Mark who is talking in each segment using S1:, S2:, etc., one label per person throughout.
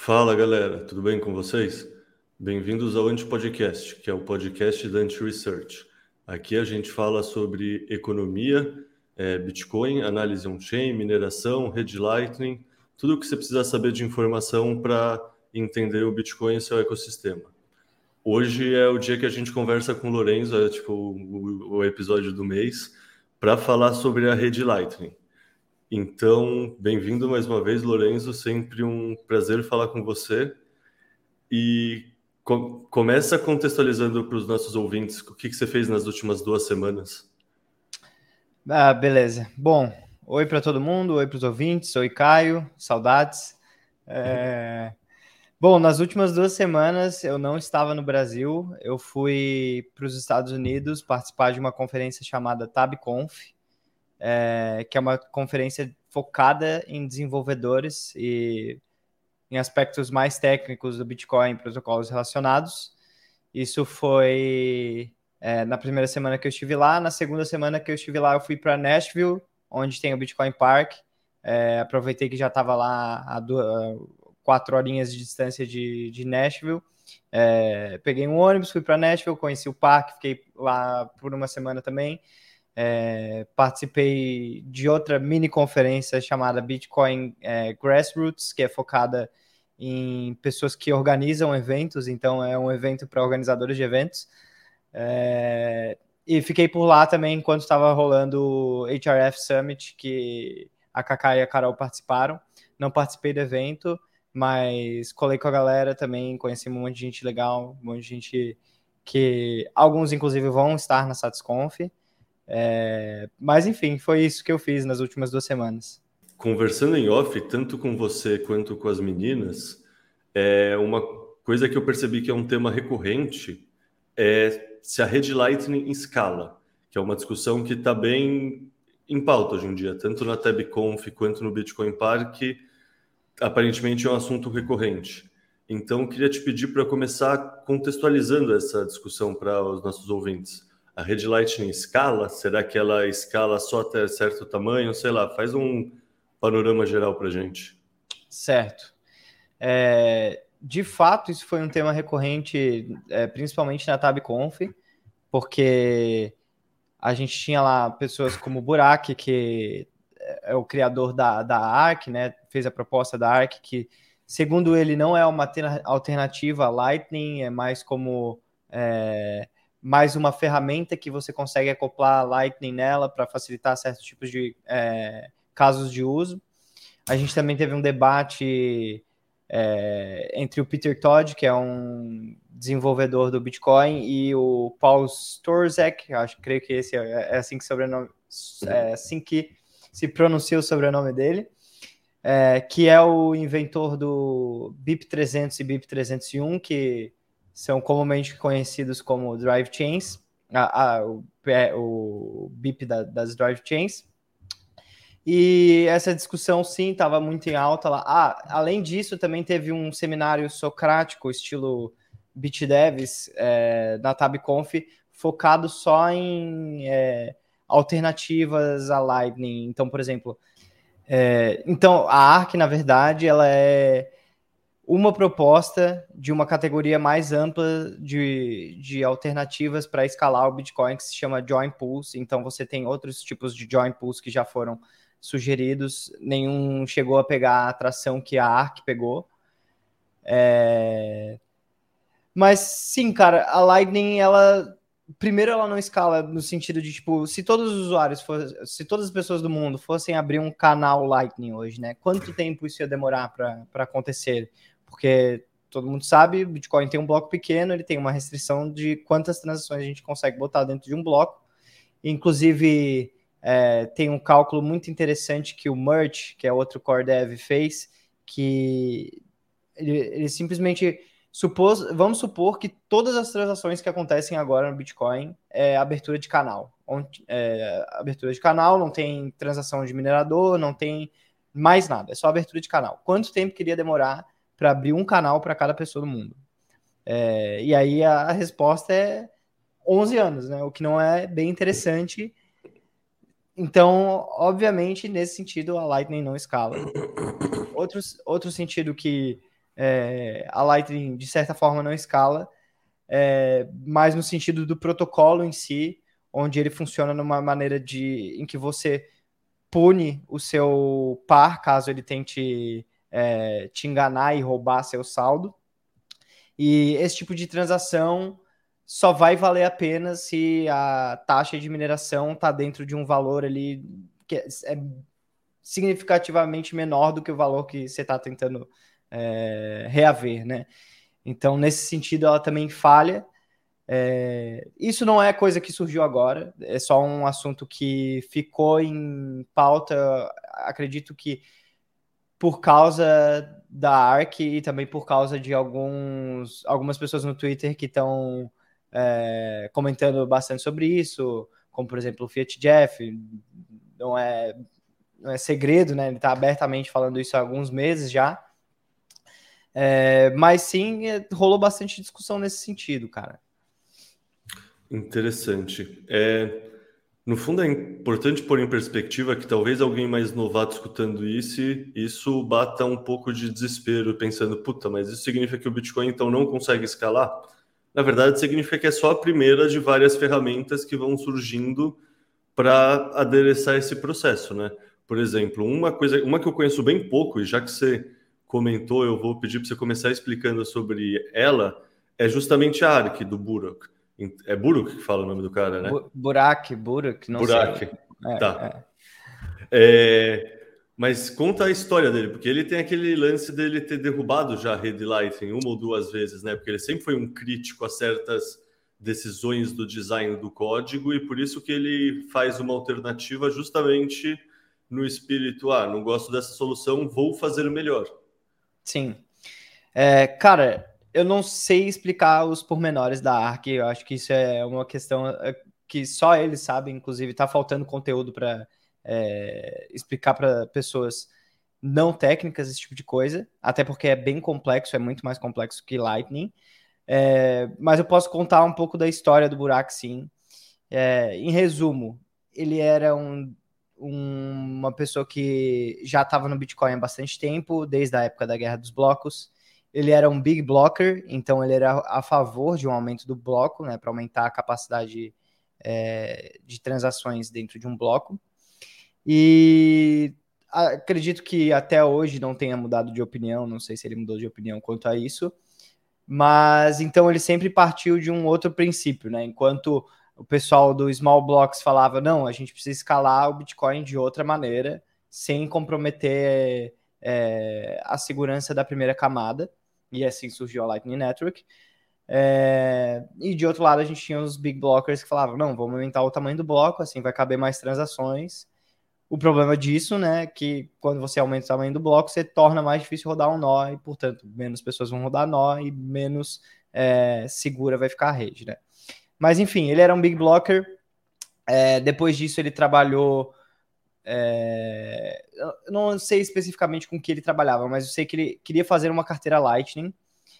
S1: Fala galera, tudo bem com vocês? Bem-vindos ao Anti-Podcast, que é o podcast da Anti-Research. Aqui a gente fala sobre economia, Bitcoin, análise on-chain, mineração, rede Lightning, tudo o que você precisa saber de informação para entender o Bitcoin e seu ecossistema. Hoje é o dia que a gente conversa com o Lorenzo, é tipo o episódio do mês, para falar sobre a rede Lightning. Então, bem-vindo mais uma vez, Lorenzo. Sempre um prazer falar com você. E começa contextualizando para os nossos ouvintes o que você fez nas últimas 2 semanas.
S2: Beleza. Bom, oi para todo mundo, oi para os ouvintes, oi Caio, saudades. Bom, nas últimas 2 semanas eu não estava no Brasil, eu fui para os Estados Unidos participar de uma conferência chamada TabConf, que é uma conferência focada em desenvolvedores e em aspectos mais técnicos do Bitcoin e protocolos relacionados. Isso foi na primeira semana que eu estive lá. Na segunda semana que eu estive lá, eu fui para Nashville, onde tem o Bitcoin Park. Aproveitei que já estava lá a 4 horinhas de distância de Nashville. Peguei um ônibus, fui para Nashville, conheci o parque, fiquei lá por uma semana também. Participei de outra mini conferência chamada Bitcoin Grassroots, que é focada em pessoas que organizam eventos, então é um evento para organizadores de eventos. E fiquei por lá também enquanto estava rolando o HRF Summit, que a Kaká e a Carol participaram. Não participei do evento, mas colei com a galera também, conheci um monte de gente legal, um monte de gente que alguns inclusive vão estar na SatisConf. Mas enfim, foi isso que eu fiz nas últimas 2 semanas.
S1: Conversando em off, tanto com você quanto com as meninas, uma coisa que eu percebi que é um tema recorrente é se a rede Lightning escala, que é uma discussão que está bem em pauta hoje em dia, tanto na TabConf quanto no Bitcoin Park, aparentemente é um assunto recorrente. Então, queria te pedir para começar contextualizando essa discussão para os nossos ouvintes. A rede Lightning escala? Será que ela escala só até certo tamanho? Sei lá, faz um panorama geral para a gente.
S2: Certo. De fato, isso foi um tema recorrente, principalmente na TabConf, porque a gente tinha lá pessoas como o Burak, que é o criador da Arc, né? Fez a proposta da Arc, que, segundo ele, não é uma alternativa à Lightning, é mais como mais uma ferramenta que você consegue acoplar a Lightning nela para facilitar certos tipos de casos de uso. A gente também teve um debate entre o Peter Todd, que é um desenvolvedor do Bitcoin, e o Paul Storzek, creio que esse é assim que se pronuncia o sobrenome dele, que é o inventor do BIP300 e BIP301, que são comumente conhecidos como Drive Chains, o BIP das Drive Chains. E essa discussão, sim, estava muito em alta lá. Além disso, também teve um seminário socrático, estilo BitDevs, na TabConf, focado só em alternativas à Lightning. Então, por exemplo, a Arc, na verdade, ela é uma proposta de uma categoria mais ampla de alternativas para escalar o Bitcoin, que se chama Join Pools. Então, você tem outros tipos de Join Pools que já foram sugeridos, nenhum chegou a pegar a atração que a Arc pegou. Mas sim, cara, a Lightning, primeiro ela não escala no sentido de, tipo, se todos os usuários, se todas as pessoas do mundo fossem abrir um canal Lightning hoje, né? Quanto tempo isso ia demorar para acontecer? Porque todo mundo sabe, o Bitcoin tem um bloco pequeno, ele tem uma restrição de quantas transações a gente consegue botar dentro de um bloco. Inclusive, tem um cálculo muito interessante que o Merch, que é outro core dev, fez, que ele simplesmente vamos supor que todas as transações que acontecem agora no Bitcoin é abertura de canal. Abertura de canal, não tem transação de minerador, não tem mais nada, é só abertura de canal. Quanto tempo queria demorar para abrir um canal para cada pessoa do mundo? E aí a resposta é 11 anos, né? O que não é bem interessante. Então, obviamente, nesse sentido, a Lightning não escala. Outro sentido que a Lightning, de certa forma, não escala, mas no sentido do protocolo em si, onde ele funciona numa maneira em que você pune o seu par, caso ele tente te enganar e roubar seu saldo. E esse tipo de transação só vai valer a pena se a taxa de mineração está dentro de um valor ali que é significativamente menor do que o valor que você está tentando reaver, né? Então, nesse sentido, ela também falha. Isso não é coisa que surgiu agora, é só um assunto que ficou em pauta, acredito que por causa da ARK e também por causa de algumas pessoas no Twitter que estão comentando bastante sobre isso, como por exemplo o Fiat Jeff, não é segredo, né? Ele está abertamente falando isso há alguns meses já. Mas sim, rolou bastante discussão nesse sentido, cara.
S1: Interessante. No fundo, é importante pôr em perspectiva que talvez alguém mais novato escutando isso bata um pouco de desespero, pensando, puta, mas isso significa que o Bitcoin então não consegue escalar? Na verdade, significa que é só a primeira de várias ferramentas que vão surgindo para adereçar esse processo, né? Por exemplo, uma que eu conheço bem pouco, e já que você comentou, eu vou pedir para você começar explicando sobre ela, é justamente a ARK do Burok. É Burok que fala o nome do cara, né?
S2: Burak, não
S1: Burak,
S2: sei.
S1: tá. Mas conta a história dele, porque ele tem aquele lance dele ter derrubado já a rede Lightning uma ou duas vezes, né? Porque ele sempre foi um crítico a certas decisões do design do código e por isso que ele faz uma alternativa justamente no espírito, não gosto dessa solução, vou fazer melhor.
S2: Sim. Cara, eu não sei explicar os pormenores da ARK, eu acho que isso é uma questão que só eles sabem, inclusive tá faltando conteúdo para explicar para pessoas não técnicas esse tipo de coisa, até porque é bem complexo, é muito mais complexo que Lightning. Mas eu posso contar um pouco da história do Burak, sim. Em resumo, ele era uma pessoa que já estava no Bitcoin há bastante tempo, desde a época da Guerra dos Blocos. Ele era um big blocker, então ele era a favor de um aumento do bloco, né, para aumentar a capacidade de transações dentro de um bloco. E acredito que até hoje não tenha mudado de opinião, não sei se ele mudou de opinião quanto a isso, mas então ele sempre partiu de um outro princípio, né? Enquanto o pessoal do Small Blocks falava, não, a gente precisa escalar o Bitcoin de outra maneira, sem comprometer a segurança da primeira camada, e assim surgiu a Lightning Network. E de outro lado a gente tinha os Big Blockers que falavam, não, vamos aumentar o tamanho do bloco, assim vai caber mais transações. O problema disso, né, que quando você aumenta o tamanho do bloco, você torna mais difícil rodar um nó e, portanto, menos pessoas vão rodar nó e menos segura vai ficar a rede, né? Mas, enfim, ele era um big blocker. Depois disso, ele trabalhou... eu não sei especificamente com que ele trabalhava, mas eu sei que ele queria fazer uma carteira Lightning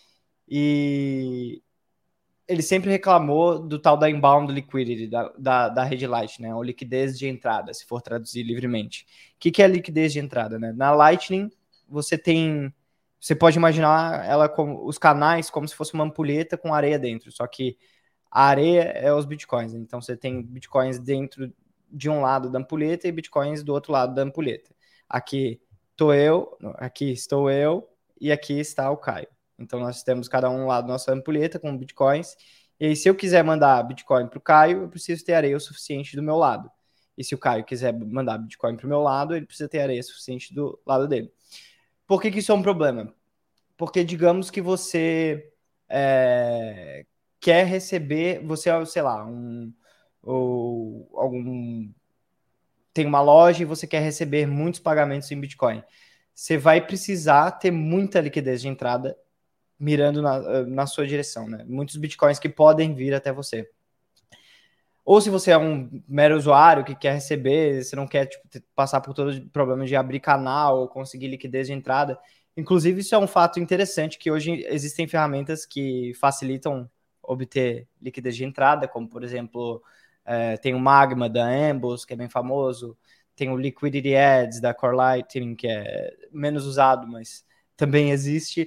S2: e ele sempre reclamou do tal da inbound liquidity, da rede Lightning, né? Ou liquidez de entrada, se for traduzir livremente. O que é liquidez de entrada, né? Na Lightning, você pode imaginar ela como os canais como se fosse uma ampulheta com areia dentro, só que a areia é os bitcoins, né? Então você tem bitcoins dentro de um lado da ampulheta e bitcoins do outro lado da ampulheta. Aqui estou eu e aqui está o Caio. Então nós temos cada um lado da nossa ampulheta com bitcoins. E aí, se eu quiser mandar bitcoin para o Caio, eu preciso ter areia o suficiente do meu lado. E se o Caio quiser mandar bitcoin para o meu lado, ele precisa ter areia suficiente do lado dele. Por que isso é um problema? Porque digamos que você quer receber, você é, sei lá, tem uma loja e você quer receber muitos pagamentos em Bitcoin. Você vai precisar ter muita liquidez de entrada mirando na sua direção, né? Muitos bitcoins que podem vir até você. Ou se você é um mero usuário que quer receber, você não quer passar por todo o problema de abrir canal ou conseguir liquidez de entrada. Inclusive, isso é um fato interessante, que hoje existem ferramentas que facilitam obter liquidez de entrada, como, por exemplo, tem o Magma da Ambos, que é bem famoso, tem o Liquidity Ads da Core Lightning, que é menos usado, mas também existe.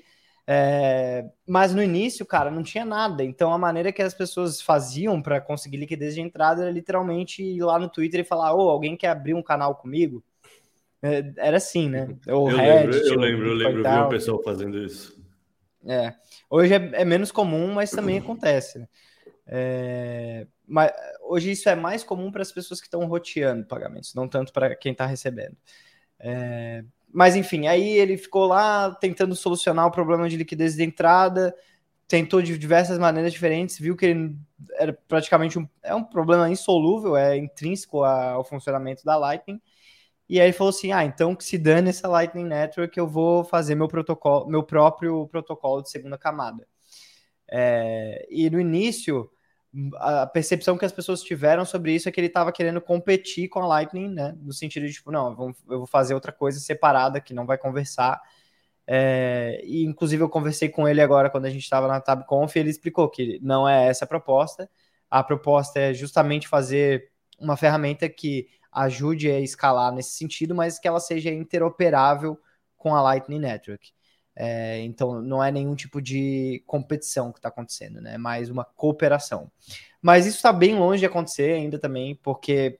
S2: Mas no início, cara, não tinha nada. Então a maneira que as pessoas faziam para conseguir liquidez de entrada era literalmente ir lá no Twitter e falar: ô, alguém quer abrir um canal comigo? Era assim, né? Ou
S1: Eu lembro,
S2: Reddit,
S1: eu
S2: ou
S1: lembro, eu lembro, eu vi um
S2: BitCoin.
S1: pessoal fazendo isso.
S2: Hoje é menos comum, mas também acontece, né? Mas hoje isso é mais comum para as pessoas que estão roteando pagamentos, não tanto para quem está recebendo. Mas enfim, aí ele ficou lá tentando solucionar o problema de liquidez de entrada, tentou de diversas maneiras diferentes, viu que ele era praticamente um problema insolúvel, é intrínseco ao funcionamento da Lightning. E aí ele falou assim: então que se dane essa Lightning Network, eu vou fazer meu próprio protocolo de segunda camada. E no início, a percepção que as pessoas tiveram sobre isso é que ele estava querendo competir com a Lightning, né? No sentido de, tipo, não, eu vou fazer outra coisa separada que não vai conversar. E inclusive eu conversei com ele agora quando a gente estava na TabConf e ele explicou que não é essa a proposta. A proposta é justamente fazer uma ferramenta que ajude a escalar nesse sentido, mas que ela seja interoperável com a Lightning Network. Então não é nenhum tipo de competição que está acontecendo, né? É mais uma cooperação. Mas isso está bem longe de acontecer ainda também, porque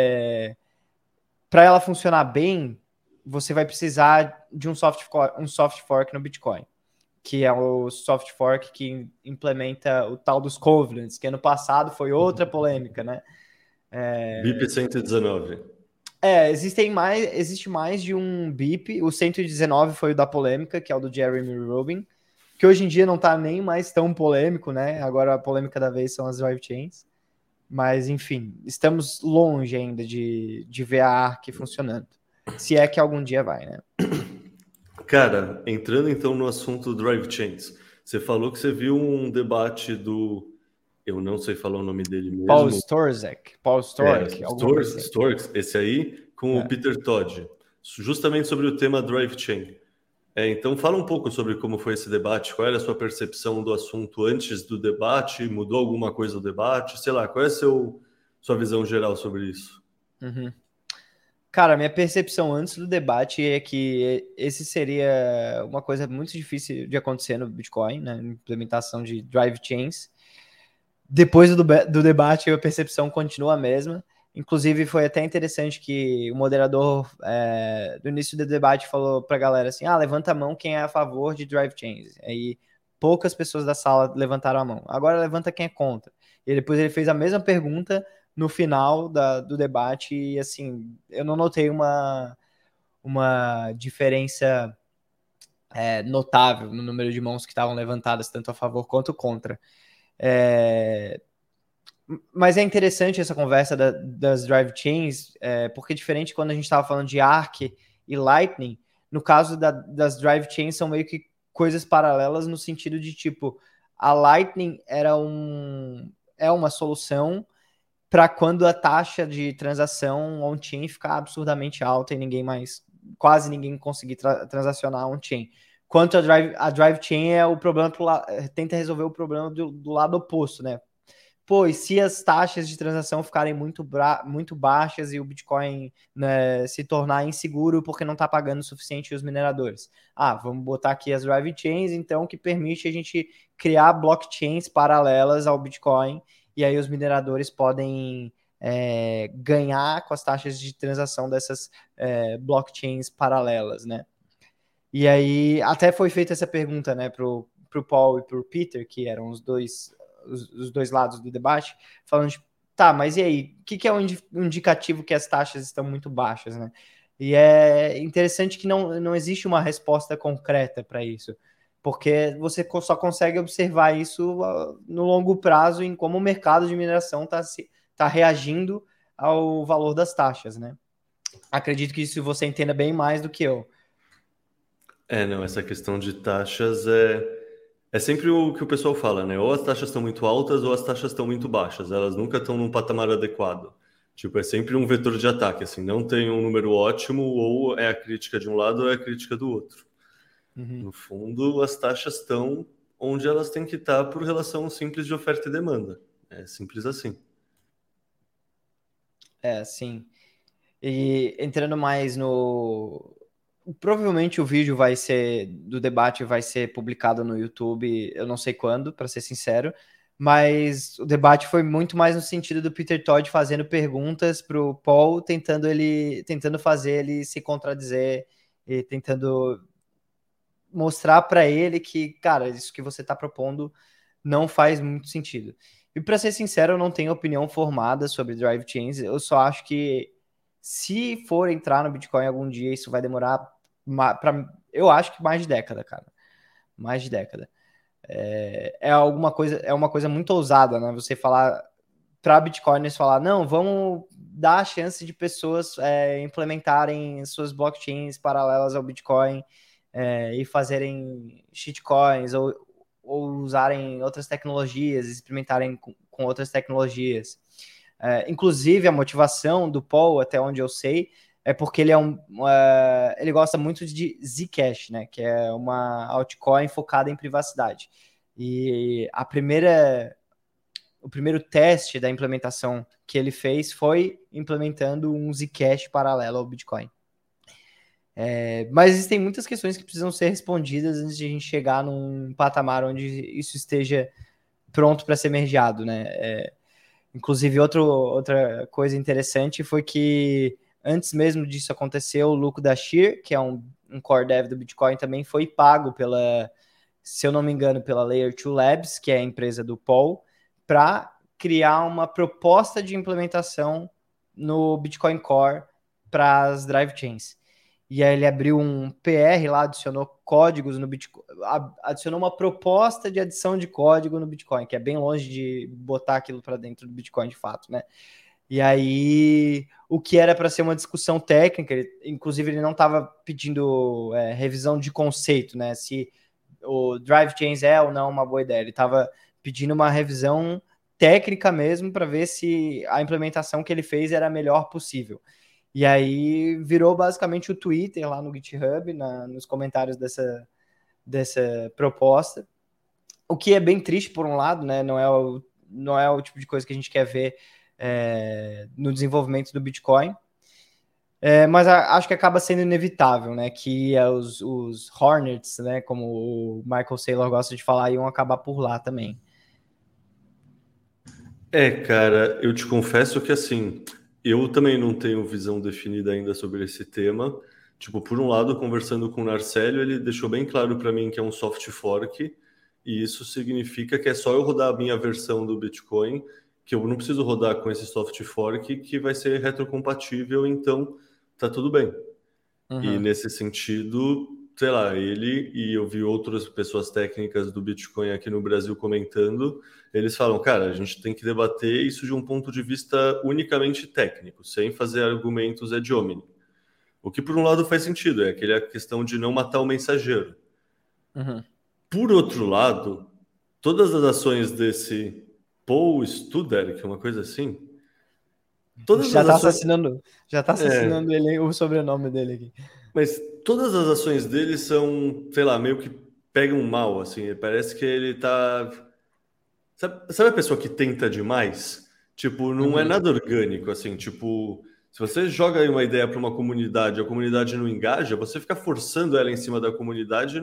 S2: para ela funcionar bem, você vai precisar de um soft fork no Bitcoin, que é o soft fork que implementa o tal dos covenants, que ano passado foi outra polêmica, né?
S1: BIP 119.
S2: Existe mais de um BIP. O 119 foi o da polêmica, que é o do Jeremy Rubin, que hoje em dia não tá nem mais tão polêmico, né? Agora a polêmica da vez são as drive chains. Mas, enfim, estamos longe ainda de ver a ARC funcionando. Se é que algum dia vai, né?
S1: Cara, entrando então no assunto Drive Chains, você falou que você viu um debate do... Eu não sei falar o nome dele
S2: Paul
S1: mesmo.
S2: Storzek, alguma coisa assim.
S1: Storks, esse aí, com o Peter Todd, justamente sobre o tema Drive Chain. Então fala um pouco sobre como foi esse debate, qual era a sua percepção do assunto antes do debate, mudou alguma coisa do debate, sei lá, qual é a sua visão geral sobre isso?
S2: Cara, minha percepção antes do debate é que esse seria uma coisa muito difícil de acontecer no Bitcoin, né? Implementação de drive chains. Depois do debate, a percepção continua a mesma. Inclusive, foi até interessante que o moderador do início do debate falou para a galera assim: levanta a mão quem é a favor de drive chains. Aí poucas pessoas da sala levantaram a mão. Agora levanta quem é contra. E depois ele fez a mesma pergunta no final do debate e assim, eu não notei uma diferença notável no número de mãos que estavam levantadas, tanto a favor quanto contra. Mas é interessante essa conversa das drive chains, porque diferente quando a gente estava falando de Arc e Lightning, no caso das drive chains são meio que coisas paralelas no sentido de tipo, a Lightning é uma solução para quando a taxa de transação on-chain ficar absurdamente alta e quase ninguém conseguir transacionar on-chain. Quanto a drive chain é o problema tenta resolver o problema do lado oposto, né? Pô, e se as taxas de transação ficarem muito baixas e o Bitcoin, né, se tornar inseguro porque não está pagando o suficiente os mineradores? Vamos botar aqui as drive chains, então, que permite a gente criar blockchains paralelas ao Bitcoin, e aí os mineradores podem ganhar com as taxas de transação dessas blockchains paralelas, né? E aí, até foi feita essa pergunta, né, pro Paul e pro Peter, que eram os dois lados do debate, falando, tipo, tá, mas e aí? O que é um indicativo que as taxas estão muito baixas, né? E é interessante que não existe uma resposta concreta para isso, porque você só consegue observar isso no longo prazo em como o mercado de mineração tá reagindo ao valor das taxas, né? Acredito que isso você entenda bem mais do que eu.
S1: Não, essa questão de taxas é sempre o que o pessoal fala, né? Ou as taxas estão muito altas ou as taxas estão muito baixas. Elas nunca estão num patamar adequado. Tipo, é sempre um vetor de ataque, assim. Não tem um número ótimo, ou é a crítica de um lado ou é a crítica do outro. No fundo, as taxas estão onde elas têm que estar por relação simples de oferta e demanda. É simples assim.
S2: Sim. E entrando mais provavelmente o vídeo do debate vai ser publicado no YouTube, eu não sei quando, para ser sincero, mas o debate foi muito mais no sentido do Peter Todd fazendo perguntas para o Paul, tentando fazer ele se contradizer e tentando mostrar para ele que, cara, isso que você está propondo não faz muito sentido. E para ser sincero, eu não tenho opinião formada sobre drive chains, eu só acho que se for entrar no Bitcoin algum dia, isso vai demorar eu acho que mais de década, cara. Mais de década. É uma coisa muito ousada, né? Você falar para Bitcoiners falar, não, vamos dar a chance de pessoas implementarem suas blockchains paralelas ao Bitcoin e fazerem shitcoins ou usarem outras tecnologias, experimentarem com outras tecnologias. Inclusive, a motivação do Paul, até onde eu sei, é porque ele ele gosta muito de Zcash, né? Que é uma altcoin focada em privacidade. E o primeiro teste da implementação que ele fez foi implementando um Zcash paralelo ao Bitcoin. Mas existem muitas questões que precisam ser respondidas antes de a gente chegar num patamar onde isso esteja pronto para ser mergeado, né? Inclusive, outra coisa interessante foi que antes mesmo disso acontecer, o Luke Dashir, que é um core dev do Bitcoin, também foi pago se eu não me engano, pela Layer 2 Labs, que é a empresa do Paul, para criar uma proposta de implementação no Bitcoin Core para as drive chains. E aí ele abriu um PR lá, adicionou códigos no Bitcoin, adicionou uma proposta de adição de código no Bitcoin, que é bem longe de botar aquilo para dentro do Bitcoin de fato, né? E aí, o que era para ser uma discussão técnica, inclusive ele não estava pedindo revisão de conceito, né? Se o Drive Chains é ou não uma boa ideia. Ele estava pedindo uma revisão técnica mesmo para ver se a implementação que ele fez era a melhor possível. E aí virou basicamente o Twitter lá no GitHub, nos comentários dessa proposta. O que é bem triste por um lado, né? Não é o tipo de coisa que a gente quer ver no desenvolvimento do Bitcoin. Mas acho que acaba sendo inevitável, né? Que os Hornets, né? Como o Michael Saylor gosta de falar, iam acabar por lá também.
S1: Cara, eu te confesso que assim, eu também não tenho visão definida ainda sobre esse tema. Tipo, por um lado, conversando com o Narcélio, ele deixou bem claro para mim que é um soft fork, e isso significa que é só eu rodar a minha versão do Bitcoin, que eu não preciso rodar com esse soft fork, que vai ser retrocompatível, então tá tudo bem.
S2: Uhum.
S1: E nesse sentido, sei lá, ele e eu vi outras pessoas técnicas do Bitcoin aqui no Brasil comentando, eles falam, cara, a gente tem que debater isso de um ponto de vista unicamente técnico, sem fazer argumentos ad hominem. O que por um lado faz sentido, é aquela questão de não matar o mensageiro.
S2: Uhum.
S1: Por outro lado, todas as ações desse Paul Studder, que é uma coisa assim, todas
S2: Já
S1: as
S2: tá
S1: ações...
S2: assassinando ele, o sobrenome dele aqui.
S1: Mas todas as ações dele são, sei lá, meio que pegam mal, assim. Parece que ele tá... Sabe a pessoa que tenta demais? Tipo, não é nada orgânico, assim. Tipo, se você joga aí uma ideia para uma comunidade, a comunidade não engaja, você fica forçando ela em cima da comunidade,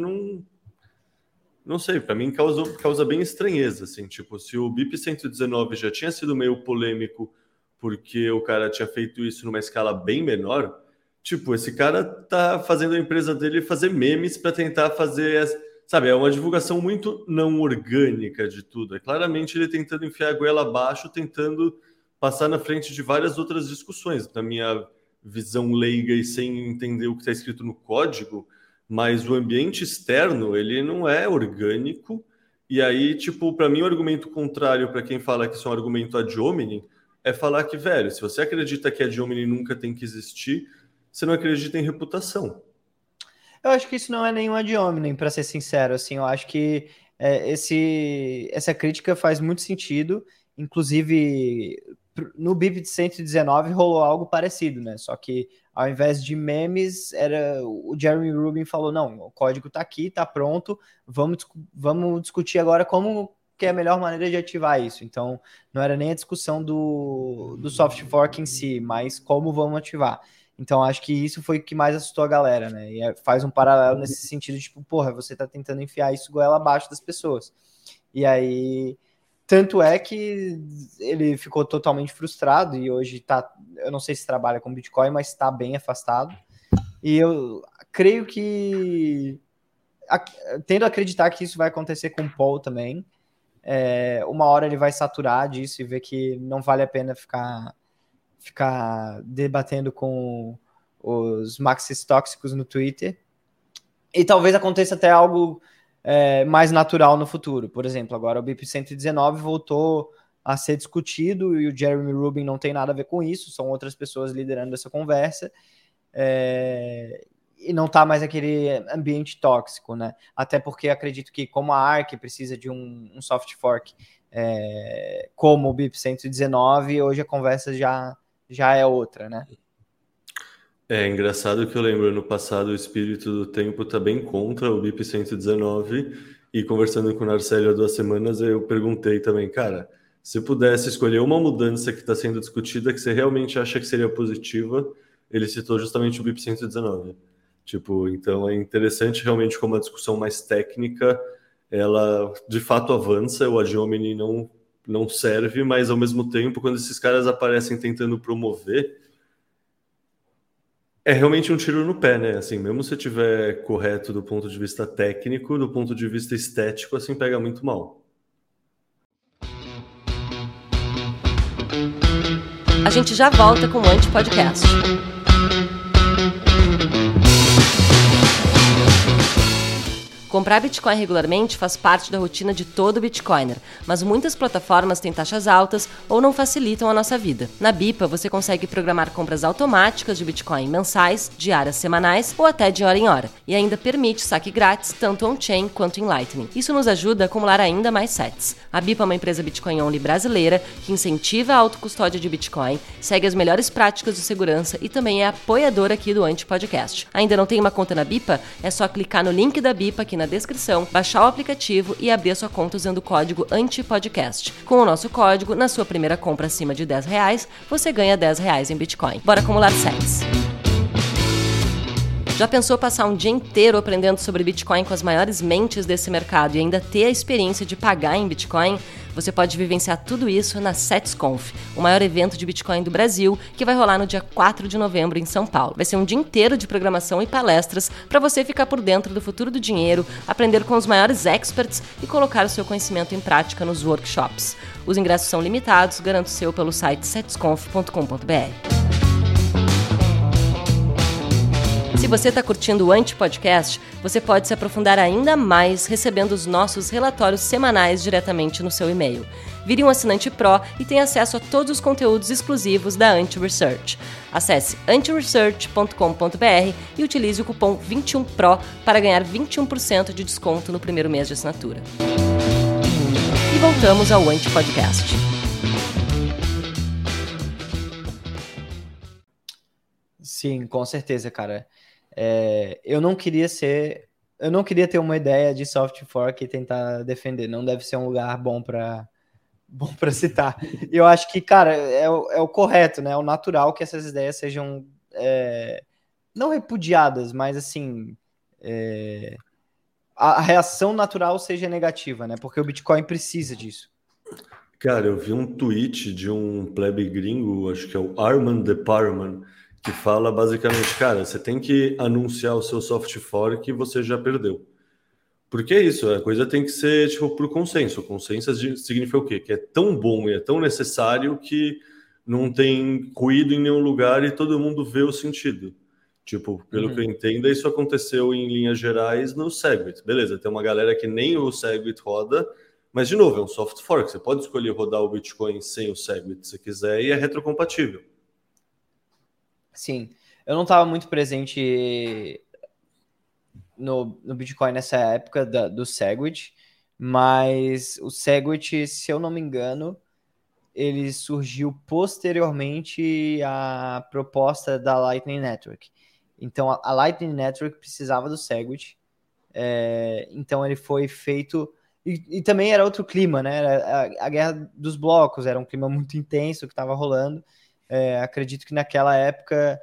S1: não sei, para mim causa bem estranheza, assim. Tipo, se o BIP 119 já tinha sido meio polêmico porque o cara tinha feito isso numa escala bem menor, tipo, esse cara tá fazendo a empresa dele fazer memes para tentar fazer, sabe, é uma divulgação muito não orgânica de tudo. É claramente ele tentando enfiar a goela abaixo, tentando passar na frente de várias outras discussões. Na minha visão leiga e sem entender o que está escrito no código, mas o ambiente externo, ele não é orgânico. E aí, tipo, para mim, o argumento contrário para quem fala que isso é um argumento ad hominem é falar que, velho, se você acredita que ad hominem nunca tem que existir, você não acredita em reputação.
S2: Eu acho que isso não é nenhum ad hominem, para ser sincero. Assim, eu acho que essa crítica faz muito sentido. Inclusive, no BIP de 119 rolou algo parecido, né? Só que ao invés de memes, o Jeremy Rubin falou: não, o código está aqui, está pronto, vamos discutir agora como que é a melhor maneira de ativar isso. Então, não era nem a discussão do soft fork em si, mas como vamos ativar. Então, acho que isso foi o que mais assustou a galera, né? E faz um paralelo nesse sentido, tipo, porra, você tá tentando enfiar isso goela abaixo das pessoas. E aí, tanto é que ele ficou totalmente frustrado e hoje tá, eu não sei se trabalha com Bitcoin, mas está bem afastado. E eu creio que, tendo a acreditar que isso vai acontecer com o Paul também, uma hora ele vai saturar disso e ver que não vale a pena ficar debatendo com os maxis tóxicos no Twitter. E talvez aconteça até algo mais natural no futuro. Por exemplo, agora o BIP 119 voltou a ser discutido e o Jeremy Rubin não tem nada a ver com isso, são outras pessoas liderando essa conversa. E não tá mais aquele ambiente tóxico, né? Até porque acredito que como a ARK precisa de um soft fork como o BIP 119, hoje a conversa já é outra, né?
S1: É engraçado que eu lembro, no passado, o espírito do tempo tá bem contra o BIP 119, e conversando com o Narcélio há 2 semanas, eu perguntei também, cara, se pudesse escolher uma mudança que está sendo discutida que você realmente acha que seria positiva, ele citou justamente o BIP 119. Tipo, então é interessante realmente como a discussão mais técnica, ela de fato avança, o Ad hominem não serve, mas ao mesmo tempo, quando esses caras aparecem tentando promover, é realmente um tiro no pé, né? Assim, mesmo se estiver correto do ponto de vista técnico, do ponto de vista estético, assim, pega muito mal.
S3: A gente já volta com o Anti-Podcast. Comprar Bitcoin regularmente faz parte da rotina de todo Bitcoiner, mas muitas plataformas têm taxas altas ou não facilitam a nossa vida. Na Bipa, você consegue programar compras automáticas de Bitcoin mensais, diárias, semanais ou até de hora em hora, e ainda permite saque grátis tanto on-chain quanto em Lightning. Isso nos ajuda a acumular ainda mais sats. A Bipa é uma empresa Bitcoin Only brasileira que incentiva a autocustódia de Bitcoin, segue as melhores práticas de segurança e também é apoiadora aqui do Anti-Podcast. Ainda não tem uma conta na Bipa? É só clicar no link da Bipa aqui na descrição, baixar o aplicativo e abrir a sua conta usando o código ANTIPODCAST. Com o nosso código, na sua primeira compra acima de R$10, você ganha R$10 em Bitcoin. Bora acumular sats! Já pensou passar um dia inteiro aprendendo sobre Bitcoin com as maiores mentes desse mercado e ainda ter a experiência de pagar em Bitcoin? Você pode vivenciar tudo isso na SetsConf, o maior evento de Bitcoin do Brasil, que vai rolar no dia 4 de novembro em São Paulo. Vai ser um dia inteiro de programação e palestras para você ficar por dentro do futuro do dinheiro, aprender com os maiores experts e colocar o seu conhecimento em prática nos workshops. Os ingressos são limitados, garanta o seu pelo site setsconf.com.br. Se você está curtindo o Anti-Podcast, você pode se aprofundar ainda mais recebendo os nossos relatórios semanais diretamente no seu e-mail. Vire um assinante Pro e tenha acesso a todos os conteúdos exclusivos da Anti-Research. Acesse antiresearch.com.br e utilize o cupom 21PRO para ganhar 21% de desconto no primeiro mês de assinatura. E voltamos ao Anti-Podcast.
S2: Sim, com certeza, cara. Eu não queria ter uma ideia de soft fork e tentar defender. Não deve ser um lugar bom para citar. Eu acho que, cara, é o correto, né? É o natural que essas ideias sejam não repudiadas, mas assim a reação natural seja negativa, né? Porque o Bitcoin precisa disso.
S1: Cara, eu vi um tweet de um plebe gringo, acho que é o Arman de Parman, que fala basicamente, cara, você tem que anunciar o seu soft fork e você já perdeu. Porque é isso, a coisa tem que ser tipo por consenso. Consenso significa o quê? Que é tão bom e é tão necessário que não tem ruído em nenhum lugar e todo mundo vê o sentido. Tipo, pelo que eu entendo, isso aconteceu em linhas gerais no Segwit. Beleza, tem uma galera que nem o Segwit roda, mas de novo, é um soft fork. Você pode escolher rodar o Bitcoin sem o Segwit se quiser e é retrocompatível.
S2: Sim, eu não estava muito presente no Bitcoin nessa época do Segwit, mas o Segwit, se eu não me engano, ele surgiu posteriormente à proposta da Lightning Network. Então, a Lightning Network precisava do Segwit, então ele foi feito... E também era outro clima, né? A guerra dos blocos era um clima muito intenso que estava rolando. Acredito que naquela época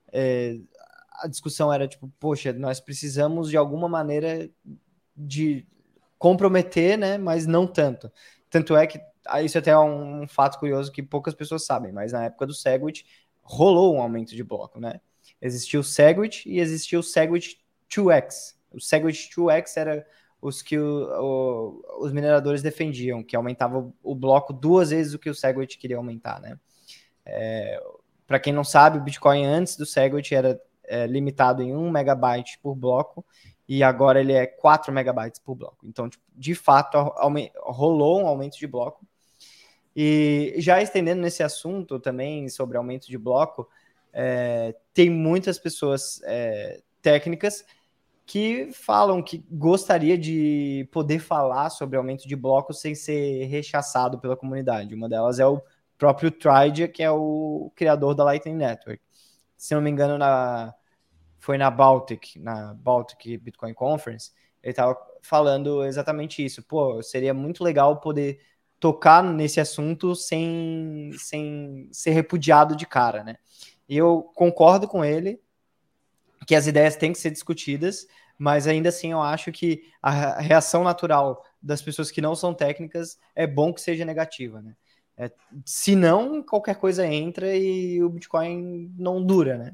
S2: a discussão era tipo, poxa, nós precisamos de alguma maneira de comprometer, né, mas não tanto. Tanto é que isso até é um fato curioso que poucas pessoas sabem, mas na época do SegWit rolou um aumento de bloco, né? Existiu o SegWit e existiu o SegWit 2x. O SegWit 2x era os que os mineradores defendiam, que aumentava o bloco 2 vezes o que o SegWit queria aumentar, né? Para quem não sabe, o Bitcoin antes do SegWit era limitado em 1 megabyte por bloco, e agora ele é 4 megabytes por bloco. Então, tipo, de fato, rolou um aumento de bloco. E já estendendo nesse assunto também sobre aumento de bloco, tem muitas pessoas técnicas que falam que gostaria de poder falar sobre aumento de bloco sem ser rechaçado pela comunidade. Uma delas é o próprio Trydia, que é o criador da Lightning Network. Se não me engano, foi na Baltic Bitcoin Conference, ele estava falando exatamente isso. Pô, seria muito legal poder tocar nesse assunto sem ser repudiado de cara, né? E eu concordo com ele que as ideias têm que ser discutidas, mas ainda assim eu acho que a reação natural das pessoas que não são técnicas é bom que seja negativa, né? Se não, qualquer coisa entra e o Bitcoin não dura, né?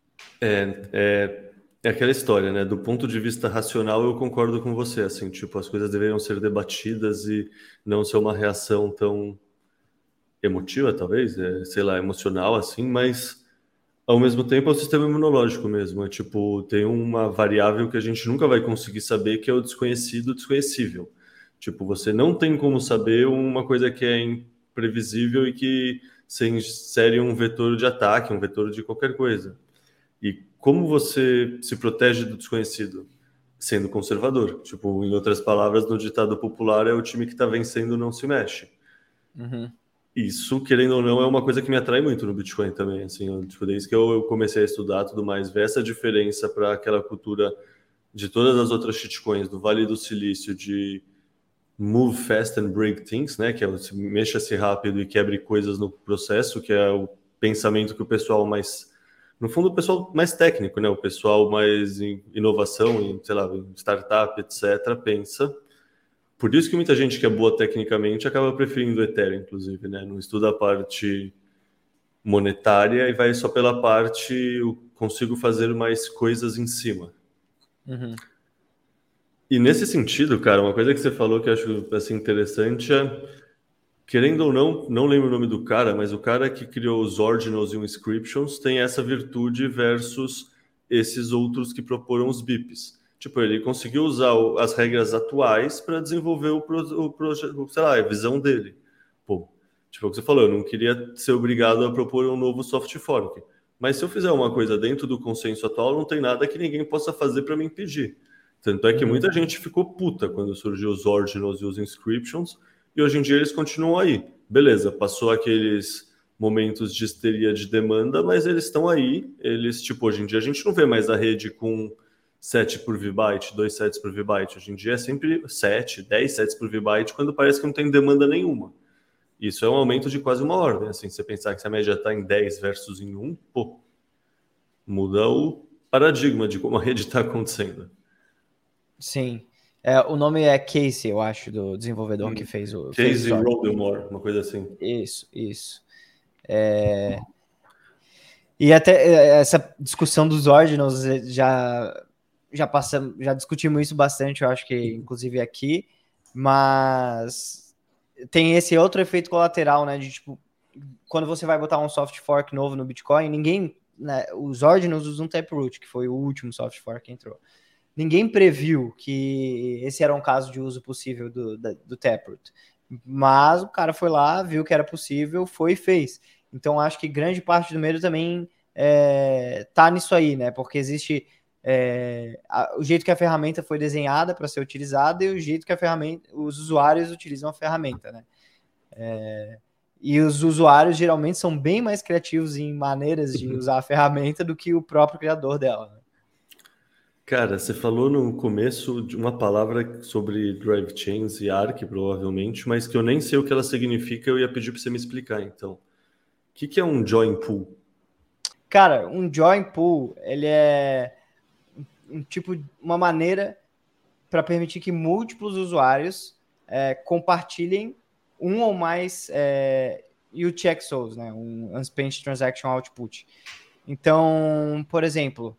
S1: É aquela história, né? Do ponto de vista racional, eu concordo com você, assim, tipo, as coisas deveriam ser debatidas e não ser uma reação tão emotiva, talvez, sei lá, emocional, assim, mas ao mesmo tempo é o sistema imunológico mesmo, tipo, tem uma variável que a gente nunca vai conseguir saber, que é o desconhecido, desconhecível. Tipo, você não tem como saber uma coisa que é imprevisível e que se insere um vetor de ataque, um vetor de qualquer coisa. E como você se protege do desconhecido? Sendo conservador. Tipo, em outras palavras, no ditado popular, é o time que está vencendo não se mexe.
S2: Uhum.
S1: Isso, querendo ou não, é uma coisa que me atrai muito no Bitcoin também. Assim, tipo, desde que eu comecei a estudar tudo mais, ver essa diferença para aquela cultura de todas as outras shitcoins do Vale do Silício, de move fast and break things, né? Que é mexa-se rápido e quebre coisas no processo, que é o pensamento que o pessoal mais... No fundo, o pessoal mais técnico, né? O pessoal mais em inovação, em, sei lá, em startup, etc., pensa. Por isso que muita gente que é boa tecnicamente acaba preferindo o Ethereum, inclusive, né? Não estuda a parte monetária e vai só pela parte eu consigo fazer mais coisas em cima.
S2: Uhum.
S1: E nesse sentido, cara, uma coisa que você falou que eu acho assim, interessante é, querendo ou não, não lembro o nome do cara, mas o cara que criou os Ordinals e o Inscriptions tem essa virtude versus esses outros que proporam os BIPs. Tipo, ele conseguiu usar as regras atuais para desenvolver o projeto, sei lá, a visão dele. Pô, tipo o que você falou, eu não queria ser obrigado a propor um novo soft fork. Mas se eu fizer uma coisa dentro do consenso atual, não tem nada que ninguém possa fazer para me impedir. Tanto é que muita gente ficou puta quando surgiu os Ordinals e os Inscriptions, e hoje em dia eles continuam aí. Beleza, passou aqueles momentos de histeria de demanda, mas eles estão aí. Eles, tipo, hoje em dia a gente não vê mais a rede com 7 por VByte, 2 sets por VByte. Hoje em dia é sempre 7, 10 sets por VByte, quando parece que não tem demanda nenhuma. Isso é um aumento de quase uma ordem. Assim, você pensar que se a média está em 10 versus em 1, pô, muda o paradigma de como a rede está acontecendo.
S2: Sim. O nome é Casey, eu acho, do desenvolvedor que fez o...
S1: Casey Rodenmore, uma coisa assim.
S2: Isso. E até essa discussão dos ordinals já discutimos isso bastante, eu acho que inclusive aqui, mas tem esse outro efeito colateral, né, de tipo, quando você vai botar um soft fork novo no Bitcoin, ninguém, né, os ordinals usam Taproot, que foi o último soft fork que entrou. Ninguém previu que esse era um caso de uso possível do Taproot, mas o cara foi lá, viu que era possível, foi e fez. Então, acho que grande parte do medo também tá nisso aí, né? Porque existe o jeito que a ferramenta foi desenhada para ser utilizada e o jeito que os usuários utilizam a ferramenta, né? E os usuários geralmente são bem mais criativos em maneiras de usar a ferramenta do que o próprio criador dela, né?
S1: Cara, você falou no começo de uma palavra sobre drive chains e ARC, provavelmente, mas que eu nem sei o que ela significa, eu ia pedir para você me explicar, então. O que é um join pool?
S2: Cara, um join pool, ele é uma maneira para permitir que múltiplos usuários compartilhem um ou mais UTXOs, né? Um Unspent Transaction Output. Então, por exemplo,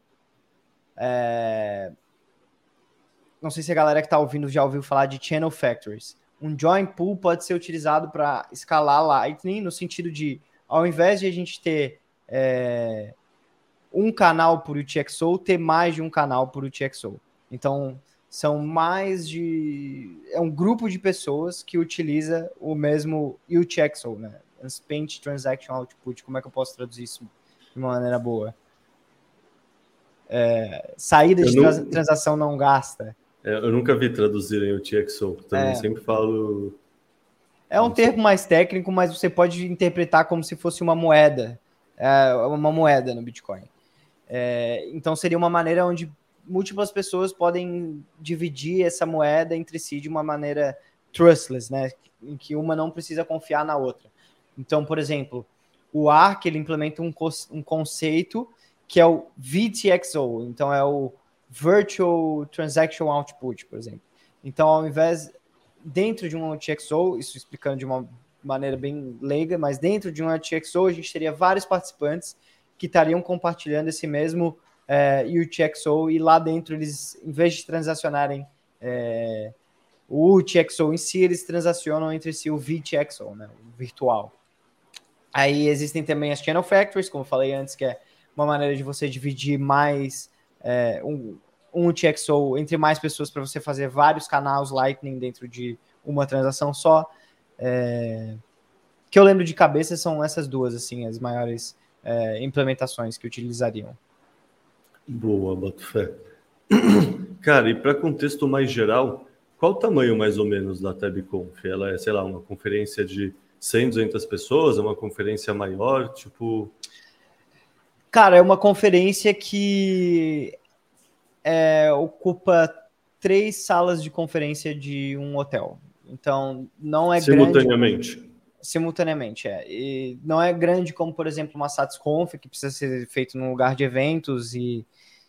S2: não sei se a galera que está ouvindo já ouviu falar de Channel Factories. Um join pool pode ser utilizado para escalar Lightning, no sentido de, ao invés de a gente ter um canal por UTXO, ter mais de um canal por UTXO. Então, são é um grupo de pessoas que utiliza o mesmo UTXO, né? Unspent Transaction Output. Como é que eu posso traduzir isso de uma maneira boa? Saída de transação não gasta.
S1: Eu nunca vi traduzirem o TXO, também sempre falo...
S2: É um termo mais técnico, mas você pode interpretar como se fosse uma moeda no Bitcoin. Então seria uma maneira onde múltiplas pessoas podem dividir essa moeda entre si de uma maneira trustless, né? Em que uma não precisa confiar na outra. Então, por exemplo, o ARC ele implementa um conceito que é o VTXO, então é o Virtual Transaction Output, por exemplo. Então, ao invés, dentro de um UTXO, isso explicando de uma maneira bem leiga, mas dentro de um UTXO a gente teria vários participantes que estariam compartilhando esse mesmo UTXO e lá dentro eles, em vez de transacionarem o UTXO em si, eles transacionam entre si o VTXO, né, o virtual. Aí existem também as Channel Factories, como eu falei antes, que é uma maneira de você dividir mais um UTXO entre mais pessoas para você fazer vários canais Lightning dentro de uma transação só. Que eu lembro de cabeça são essas duas, assim, as maiores implementações que utilizariam.
S1: Boa, boto fé. Cara, e para contexto mais geral, qual o tamanho mais ou menos da TabConf? Ela é, sei lá, uma conferência de 100, 200 pessoas? É uma conferência maior? Tipo...
S2: Cara, é uma conferência que ocupa 3 salas de conferência de um hotel. Então, não é grande... Simultaneamente, E não é grande como, por exemplo, uma SatsConf, que precisa ser feito num lugar de eventos e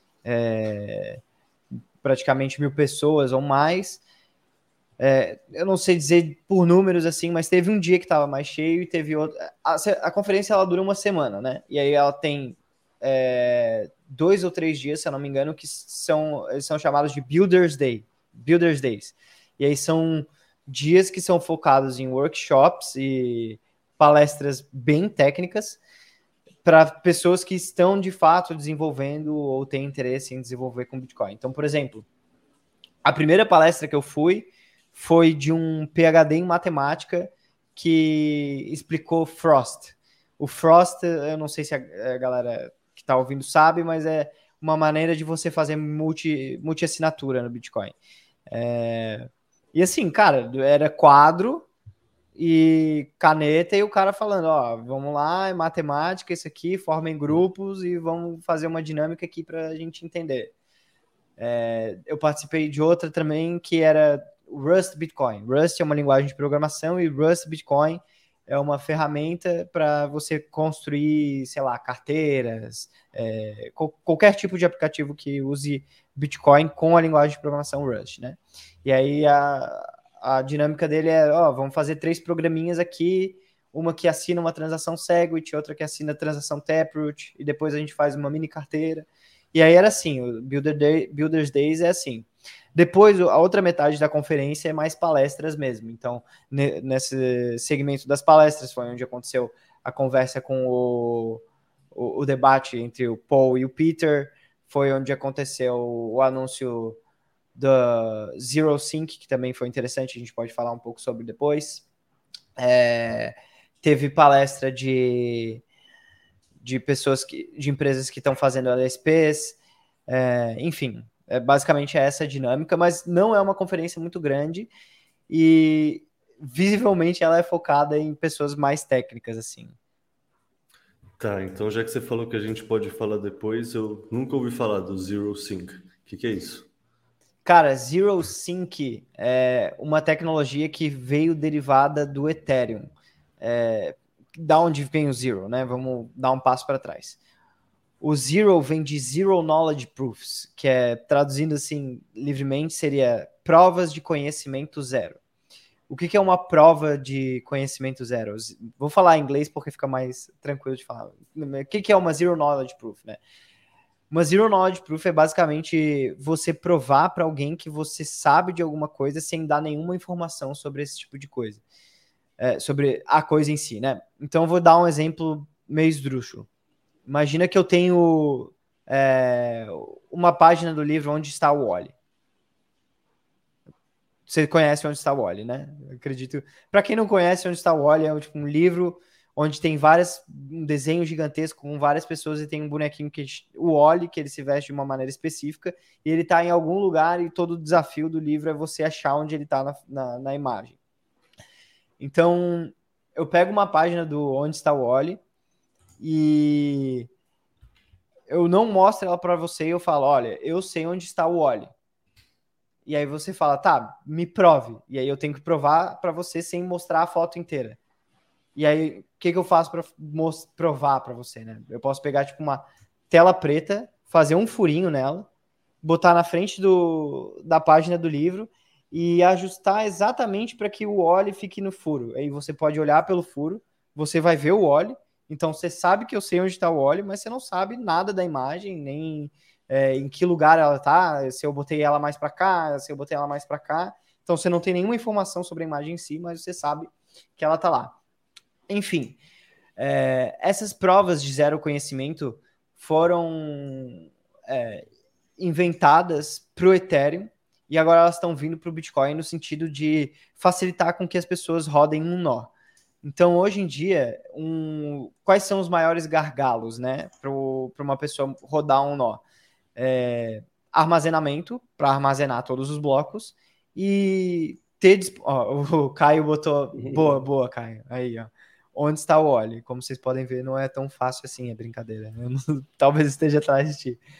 S2: praticamente 1.000 pessoas ou mais. Eu não sei dizer por números assim, mas teve um dia que estava mais cheio e teve outro. A conferência ela dura uma semana, né? E aí ela tem 2 ou 3 dias, se eu não me engano, que eles são chamados de Builders Days. E aí são dias que são focados em workshops e palestras bem técnicas para pessoas que estão de fato desenvolvendo ou têm interesse em desenvolver com Bitcoin. Então, por exemplo, a primeira palestra que eu fui foi de um PhD em matemática que explicou Frost. O Frost, eu não sei se a galera que está ouvindo sabe, mas é uma maneira de você fazer multi-assinatura no Bitcoin. E assim, cara, era quadro e caneta e o cara falando, vamos lá, é matemática, isso aqui, formem grupos e vamos fazer uma dinâmica aqui para a gente entender. Eu participei de outra também que era Rust Bitcoin. Rust é uma linguagem de programação e Rust Bitcoin é uma ferramenta para você construir, sei lá, carteiras, qualquer tipo de aplicativo que use Bitcoin com a linguagem de programação Rust, né? E aí a dinâmica dele vamos fazer 3 programinhas aqui, uma que assina uma transação Segwit, outra que assina a transação Taproot, e depois a gente faz uma mini carteira. E aí era assim, o Builders Days é assim. Depois, a outra metade da conferência é mais palestras mesmo. Então, nesse segmento das palestras foi onde aconteceu a conversa com o debate entre o Paul e o Peter, foi onde aconteceu o anúncio da ZeroSync, que também foi interessante, a gente pode falar um pouco sobre depois. Teve palestra de pessoas, de empresas que estão fazendo LSPs, enfim, basicamente é essa a dinâmica, mas não é uma conferência muito grande e visivelmente ela é focada em pessoas mais técnicas, assim.
S1: Tá, então já que você falou que a gente pode falar depois, eu nunca ouvi falar do ZeroSync. O que é isso?
S2: Cara, ZeroSync é uma tecnologia que veio derivada do Ethereum. Da onde vem o Zero, né? Vamos dar um passo para trás. O Zero vem de Zero Knowledge Proofs, que é, traduzindo assim livremente, seria provas de conhecimento zero. O que é uma prova de conhecimento zero? Vou falar em inglês porque fica mais tranquilo de falar. O que é uma Zero Knowledge Proof, né? Uma Zero Knowledge Proof é basicamente você provar para alguém que você sabe de alguma coisa sem dar nenhuma informação sobre esse tipo de coisa. Sobre a coisa em si, né? Então eu vou dar um exemplo meio esdrúxulo. Imagina que eu tenho uma página do livro Onde Está o Wally. Você conhece Onde Está o Wally, né? Eu acredito. Para quem não conhece Onde Está o Wally, é tipo um livro onde tem um desenho gigantesco com várias pessoas e tem um bonequinho o Wally, que ele se veste de uma maneira específica e ele tá em algum lugar e todo o desafio do livro é você achar onde ele tá na imagem. Então, eu pego uma página do Onde Está o Wally e eu não mostro ela para você e eu falo, olha, eu sei onde está o Wally. E aí você fala, tá, me prove. E aí eu tenho que provar para você sem mostrar a foto inteira. E aí, o que eu faço para provar para você, né? Eu posso pegar, tipo, uma tela preta, fazer um furinho nela, botar na frente da página do livro e ajustar exatamente para que o Wally fique no furo. Aí você pode olhar pelo furo, você vai ver o Wally, então você sabe que eu sei onde está o Wally, mas você não sabe nada da imagem, nem em que lugar ela tá, se eu botei ela mais para cá, se eu botei ela mais para cá. Então você não tem nenhuma informação sobre a imagem em si, mas você sabe que ela tá lá. Enfim, essas provas de zero conhecimento foram inventadas para o Ethereum e agora elas estão vindo para o Bitcoin no sentido de facilitar com que as pessoas rodem um nó. Então, hoje em dia, quais são os maiores gargalos, né, para uma pessoa rodar um nó? Armazenamento, para armazenar todos os blocos, e ter... o Caio botou... Boa, Caio. Aí, ó. Onde está o Wally? Como vocês podem ver, não é tão fácil assim, é brincadeira. Talvez esteja atrás de ti.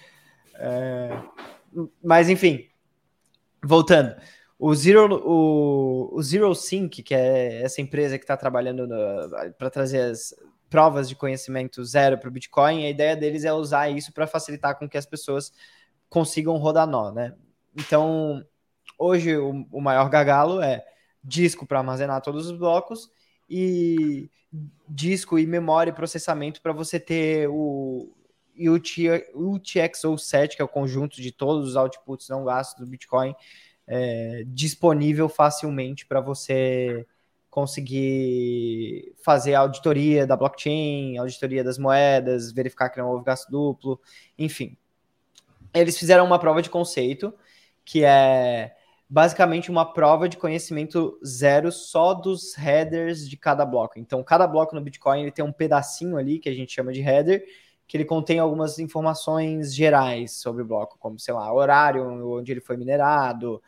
S2: Mas, enfim, voltando. O ZeroSync, que é essa empresa que está trabalhando para trazer as provas de conhecimento zero para o Bitcoin, a ideia deles é usar isso para facilitar com que as pessoas consigam rodar nó, né? Então, hoje o maior gargalo é disco para armazenar todos os blocos e disco e memória e processamento para você ter o UTXO7, que é o conjunto de todos os outputs não gastos do Bitcoin, disponível facilmente para você conseguir fazer a auditoria da blockchain, auditoria das moedas, verificar que não houve gasto duplo, enfim. Eles fizeram uma prova de conceito, que é basicamente uma prova de conhecimento zero só dos headers de cada bloco. Então, cada bloco no Bitcoin ele tem um pedacinho ali, que a gente chama de header, que ele contém algumas informações gerais sobre o bloco, como, sei lá, horário, onde ele foi minerado,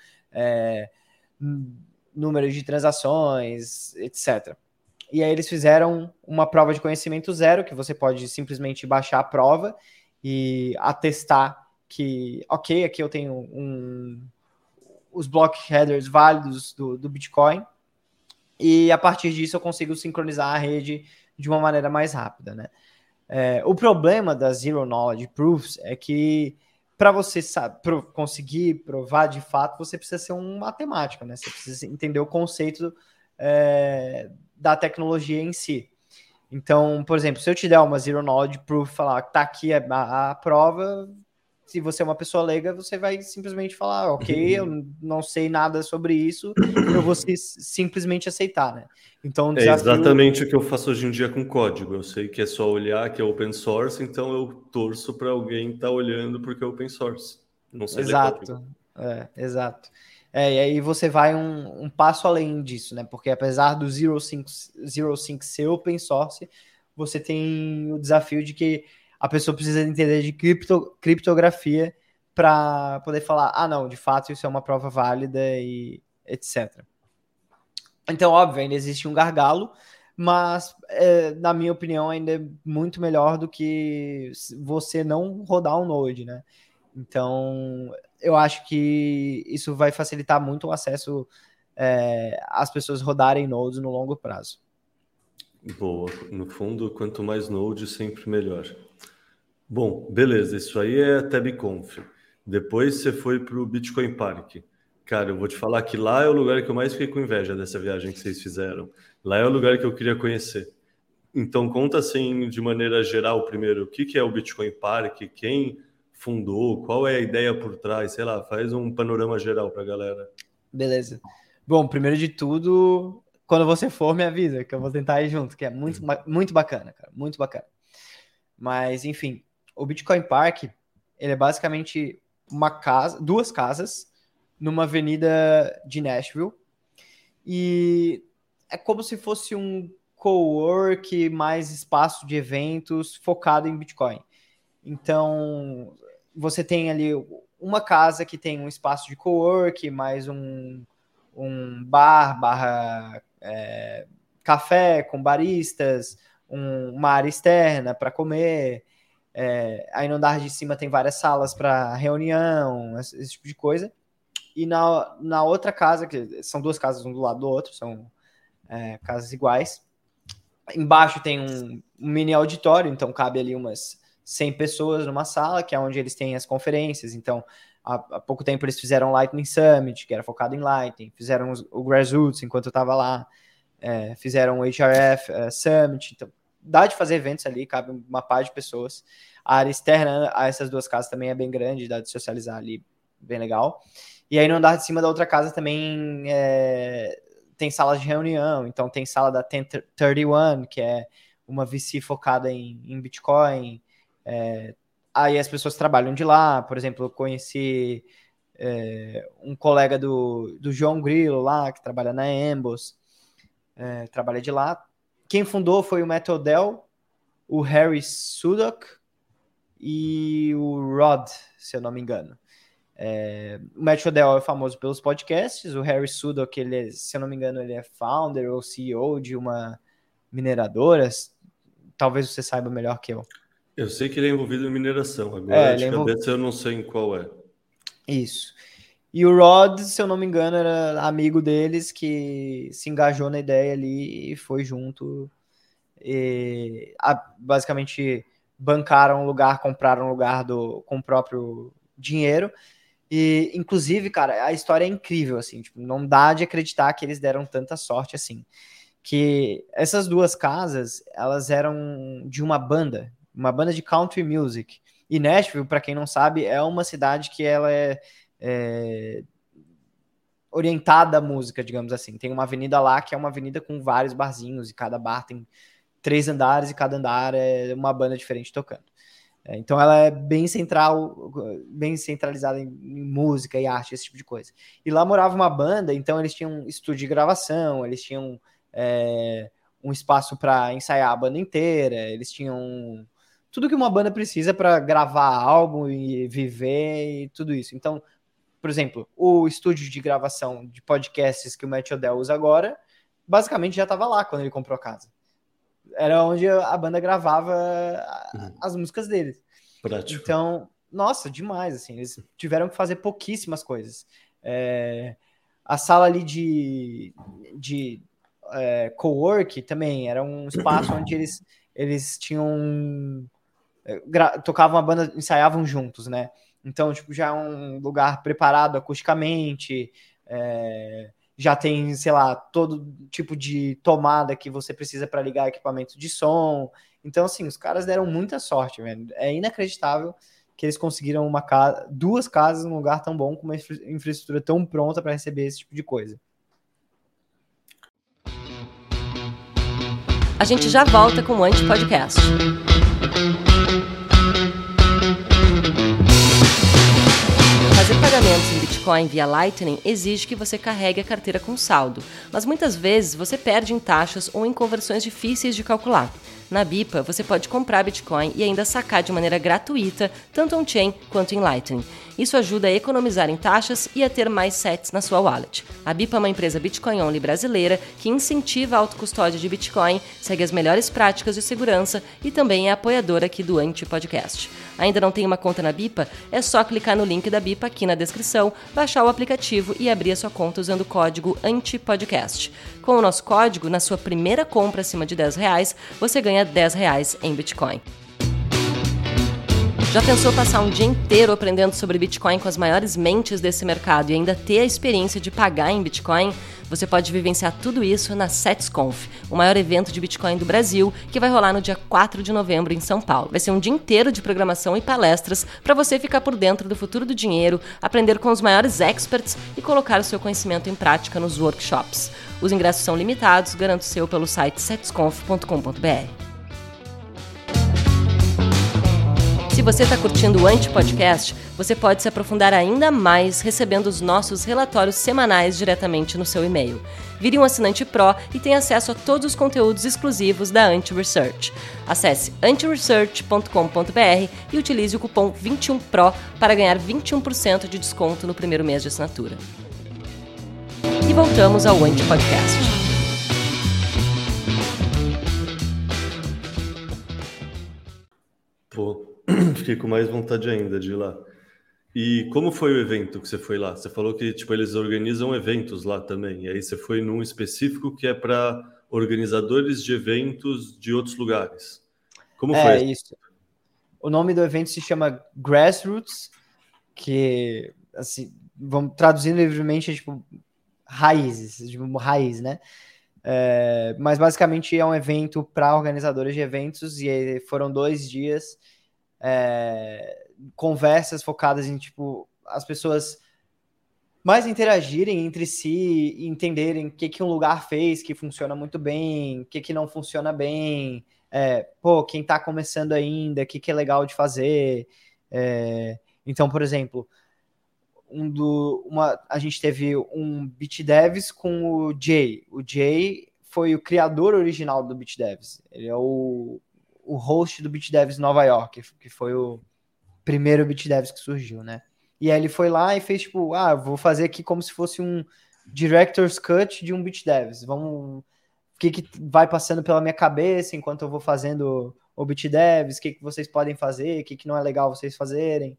S2: número de transações, etc. E aí eles fizeram uma prova de conhecimento zero, que você pode simplesmente baixar a prova e atestar que, ok, aqui eu tenho os block headers válidos do Bitcoin, e a partir disso eu consigo sincronizar a rede de uma maneira mais rápida, né? O problema das Zero Knowledge Proofs é que para você conseguir provar de fato, você precisa ser um matemático, né? Você precisa entender o conceito da tecnologia em si. Então, por exemplo, se eu te der uma Zero Knowledge Proof, falar que tá aqui a prova, se você é uma pessoa leiga, você vai simplesmente falar, ok, eu não sei nada sobre isso, eu vou simplesmente aceitar, né? Então,
S1: É exatamente o que eu faço hoje em dia com código. Eu sei que é só olhar que é open source, então eu torço para alguém estar olhando porque é open source. Não sei ler código.
S2: Exato. E aí você vai um passo além disso, né? Porque apesar do ZeroSync ser open source, você tem o desafio de que a pessoa precisa entender de criptografia para poder falar, não, de fato isso é uma prova válida e etc. Então, óbvio, ainda existe um gargalo, mas, na minha opinião, ainda é muito melhor do que você não rodar um Node, né? Então, eu acho que isso vai facilitar muito o acesso às pessoas rodarem nodes no longo prazo.
S1: Boa. No fundo, quanto mais node, sempre melhor. Bom, beleza, isso aí é TabConf. Depois você foi para o Bitcoin Park. Cara, eu vou te falar que lá é o lugar que eu mais fiquei com inveja dessa viagem que vocês fizeram. Lá é o lugar que eu queria conhecer. Então, conta assim, de maneira geral, primeiro, o que é o Bitcoin Park, quem fundou, qual é a ideia por trás, sei lá, faz um panorama geral para a galera.
S2: Beleza. Bom, primeiro de tudo, quando você for, me avisa, que eu vou tentar ir junto, que é muito, muito bacana, cara, muito bacana. Mas, enfim, o Bitcoin Park, ele é basicamente duas casas numa avenida de Nashville, e é como se fosse um cowork mais espaço de eventos focado em Bitcoin. Então, você tem ali uma casa que tem um espaço de cowork, mais um bar, café com baristas, uma área externa para comer. Aí no andar de cima tem várias salas para reunião, esse tipo de coisa. E na outra casa, que são duas casas um do lado do outro, são casas iguais. Embaixo tem um mini auditório, então cabe ali umas 100 pessoas numa sala, que é onde eles têm as conferências. Então, há pouco tempo eles fizeram o Lightning Summit, que era focado em Lightning, fizeram o Grassroots enquanto eu estava lá, fizeram o HRF Summit. Então, dá de fazer eventos ali, cabe uma par de pessoas. A área externa a essas duas casas também é bem grande, dá de socializar ali, bem legal. E aí no andar de cima da outra casa também tem salas de reunião, então tem sala da 1031, que é uma VC focada em Bitcoin. Aí as pessoas trabalham de lá. Por exemplo, eu conheci um colega do João Grilo lá, que trabalha na Embos, trabalha de lá. Quem fundou foi o Matt Odell, o Harry Sudok e o Rod, se eu não me engano. O Matt Odell é famoso pelos podcasts, o Harry Sudok, ele, se eu não me engano, ele é founder ou CEO de uma mineradora. Talvez você saiba melhor que eu.
S1: Eu sei que ele é envolvido em mineração, agora de cabeça eu não sei em qual é.
S2: Isso. E o Rod, se eu não me engano, era amigo deles que se engajou na ideia ali e foi junto. E, basicamente bancaram um lugar, compraram um lugar com o próprio dinheiro. E, inclusive, cara, a história é incrível, assim, tipo, não dá de acreditar que eles deram tanta sorte assim. Que essas duas casas, elas eram de uma banda de country music. E Nashville, para quem não sabe, é uma cidade que ela é orientada à música, digamos assim. Tem uma avenida lá que é uma avenida com vários barzinhos, e cada bar tem 3 andares, e cada andar é uma banda diferente tocando. Então ela é bem centralizada em música e arte, esse tipo de coisa. E lá morava uma banda, então eles tinham um estúdio de gravação, eles tinham um espaço para ensaiar a banda inteira, eles tinham tudo que uma banda precisa para gravar álbum e viver e tudo isso. Então, por exemplo, o estúdio de gravação de podcasts que o Matt Odell usa agora, basicamente já estava lá quando ele comprou a casa. Era onde a banda gravava as músicas deles.
S1: Prático.
S2: Então, nossa, demais, assim. Eles tiveram que fazer pouquíssimas coisas. A sala ali de cowork também era um espaço onde eles tinham... tocavam a banda, ensaiavam juntos, né? Então, tipo, já é um lugar preparado acusticamente, já tem, sei lá, todo tipo de tomada que você precisa para ligar equipamento de som. Então, assim, os caras deram muita sorte, velho. É inacreditável que eles conseguiram duas casas num lugar tão bom, com uma infraestrutura tão pronta para receber esse tipo de coisa.
S3: A gente já volta com o Anti-Podcast. Fazer pagamentos em Bitcoin via Lightning exige que você carregue a carteira com saldo, mas muitas vezes você perde em taxas ou em conversões difíceis de calcular. Na BIPA, você pode comprar Bitcoin e ainda sacar de maneira gratuita, tanto on-chain quanto em Lightning. Isso ajuda a economizar em taxas e a ter mais sats na sua wallet. A BIPA é uma empresa Bitcoin Only brasileira que incentiva a autocustódia de Bitcoin, segue as melhores práticas de segurança e também é apoiadora aqui do Anti-Podcast. Ainda não tem uma conta na BIPA? É só clicar no link da BIPA aqui na descrição, baixar o aplicativo e abrir a sua conta usando o código Anti-Podcast. Com o nosso código, na sua primeira compra acima de R$10, você ganha R$10 em Bitcoin. Já pensou passar um dia inteiro aprendendo sobre Bitcoin com as maiores mentes desse mercado e ainda ter a experiência de pagar em Bitcoin? Você pode vivenciar tudo isso na SetsConf, o maior evento de Bitcoin do Brasil, que vai rolar no dia 4 de novembro em São Paulo. Vai ser um dia inteiro de programação e palestras para você ficar por dentro do futuro do dinheiro, aprender com os maiores experts e colocar o seu conhecimento em prática nos workshops. Os ingressos são limitados, garanta o seu pelo site setsconf.com.br. Se você está curtindo o Anti-Podcast, você pode se aprofundar ainda mais recebendo os nossos relatórios semanais diretamente no seu e-mail. Vire um assinante Pro e tenha acesso a todos os conteúdos exclusivos da Anti-Research. Acesse antiresearch.com.br e utilize o cupom 21PRO para ganhar 21% de desconto no primeiro mês de assinatura. E voltamos ao Anti-Podcast.
S1: Fiquei com mais vontade ainda de ir lá. E como foi o evento que você foi lá? Você falou que eles organizam eventos lá também. E aí você foi num específico que é para organizadores de eventos de outros lugares. Como foi?
S2: É isso. O nome do evento se chama Grassroots, que, assim, vamos traduzindo livremente, é tipo raízes, tipo raiz, né? Mas basicamente é um evento para organizadores de eventos e foram 2 dias. Conversas focadas em, tipo, as pessoas mais interagirem entre si e entenderem o que um lugar fez que funciona muito bem, o que não funciona bem, quem tá começando ainda, o que é legal de fazer. Então, por exemplo, a gente teve um BitDevs com o Jay. O Jay foi o criador original do BitDevs. Ele é o host do BitDevs Nova York, que foi o primeiro BitDevs que surgiu, né? E aí ele foi lá e fez, tipo, vou fazer aqui como se fosse um Director's Cut de um BitDevs. O que vai passando pela minha cabeça enquanto eu vou fazendo o BitDevs, o que vocês podem fazer, o que não é legal vocês fazerem.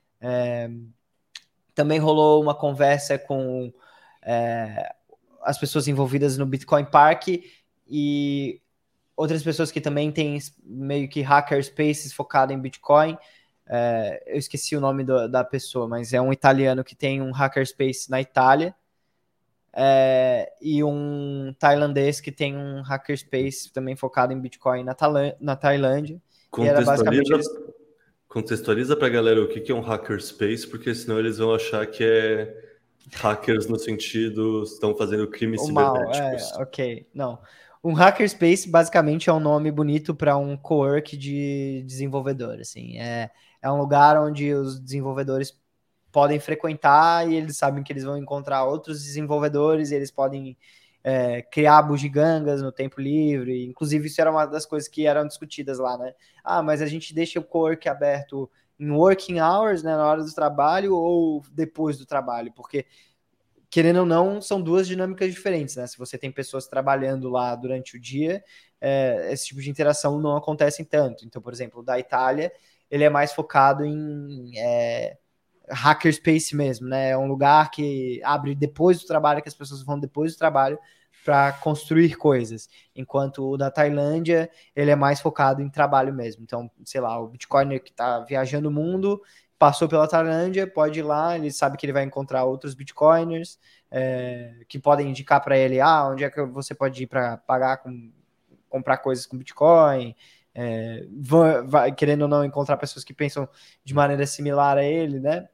S2: Também rolou uma conversa com as pessoas envolvidas no Bitcoin Park e outras pessoas que também têm meio que hackerspaces focado em Bitcoin. Eu esqueci o nome da pessoa, mas é um italiano que tem um hackerspace na Itália, e um tailandês que tem um hackerspace também focado em Bitcoin na Tailândia.
S1: Contextualiza para a galera o que é um hackerspace, porque senão eles vão achar que é hackers no sentido estão fazendo crimes cibernéticos.
S2: Ok, não. Um hackerspace basicamente é um nome bonito para um cowork de desenvolvedor, assim. É um lugar onde os desenvolvedores podem frequentar e eles sabem que eles vão encontrar outros desenvolvedores e eles podem criar bugigangas no tempo livre. Inclusive, isso era uma das coisas que eram discutidas lá, né? Mas a gente deixa o cowork aberto em working hours, né, na hora do trabalho ou depois do trabalho, porque querendo ou não, são 2 dinâmicas diferentes, né? Se você tem pessoas trabalhando lá durante o dia, esse tipo de interação não acontece tanto. Então, por exemplo, da Itália, ele é mais focado em hackerspace mesmo, né? É um lugar que abre depois do trabalho, que as pessoas vão depois do trabalho para construir coisas. Enquanto o da Tailândia, ele é mais focado em trabalho mesmo. Então, sei lá, o Bitcoiner que está viajando o mundo passou pela Tailândia, pode ir lá, ele sabe que ele vai encontrar outros Bitcoiners que podem indicar para ele, onde é que você pode ir para comprar coisas com Bitcoin, vai, querendo ou não, encontrar pessoas que pensam de maneira similar a ele, né?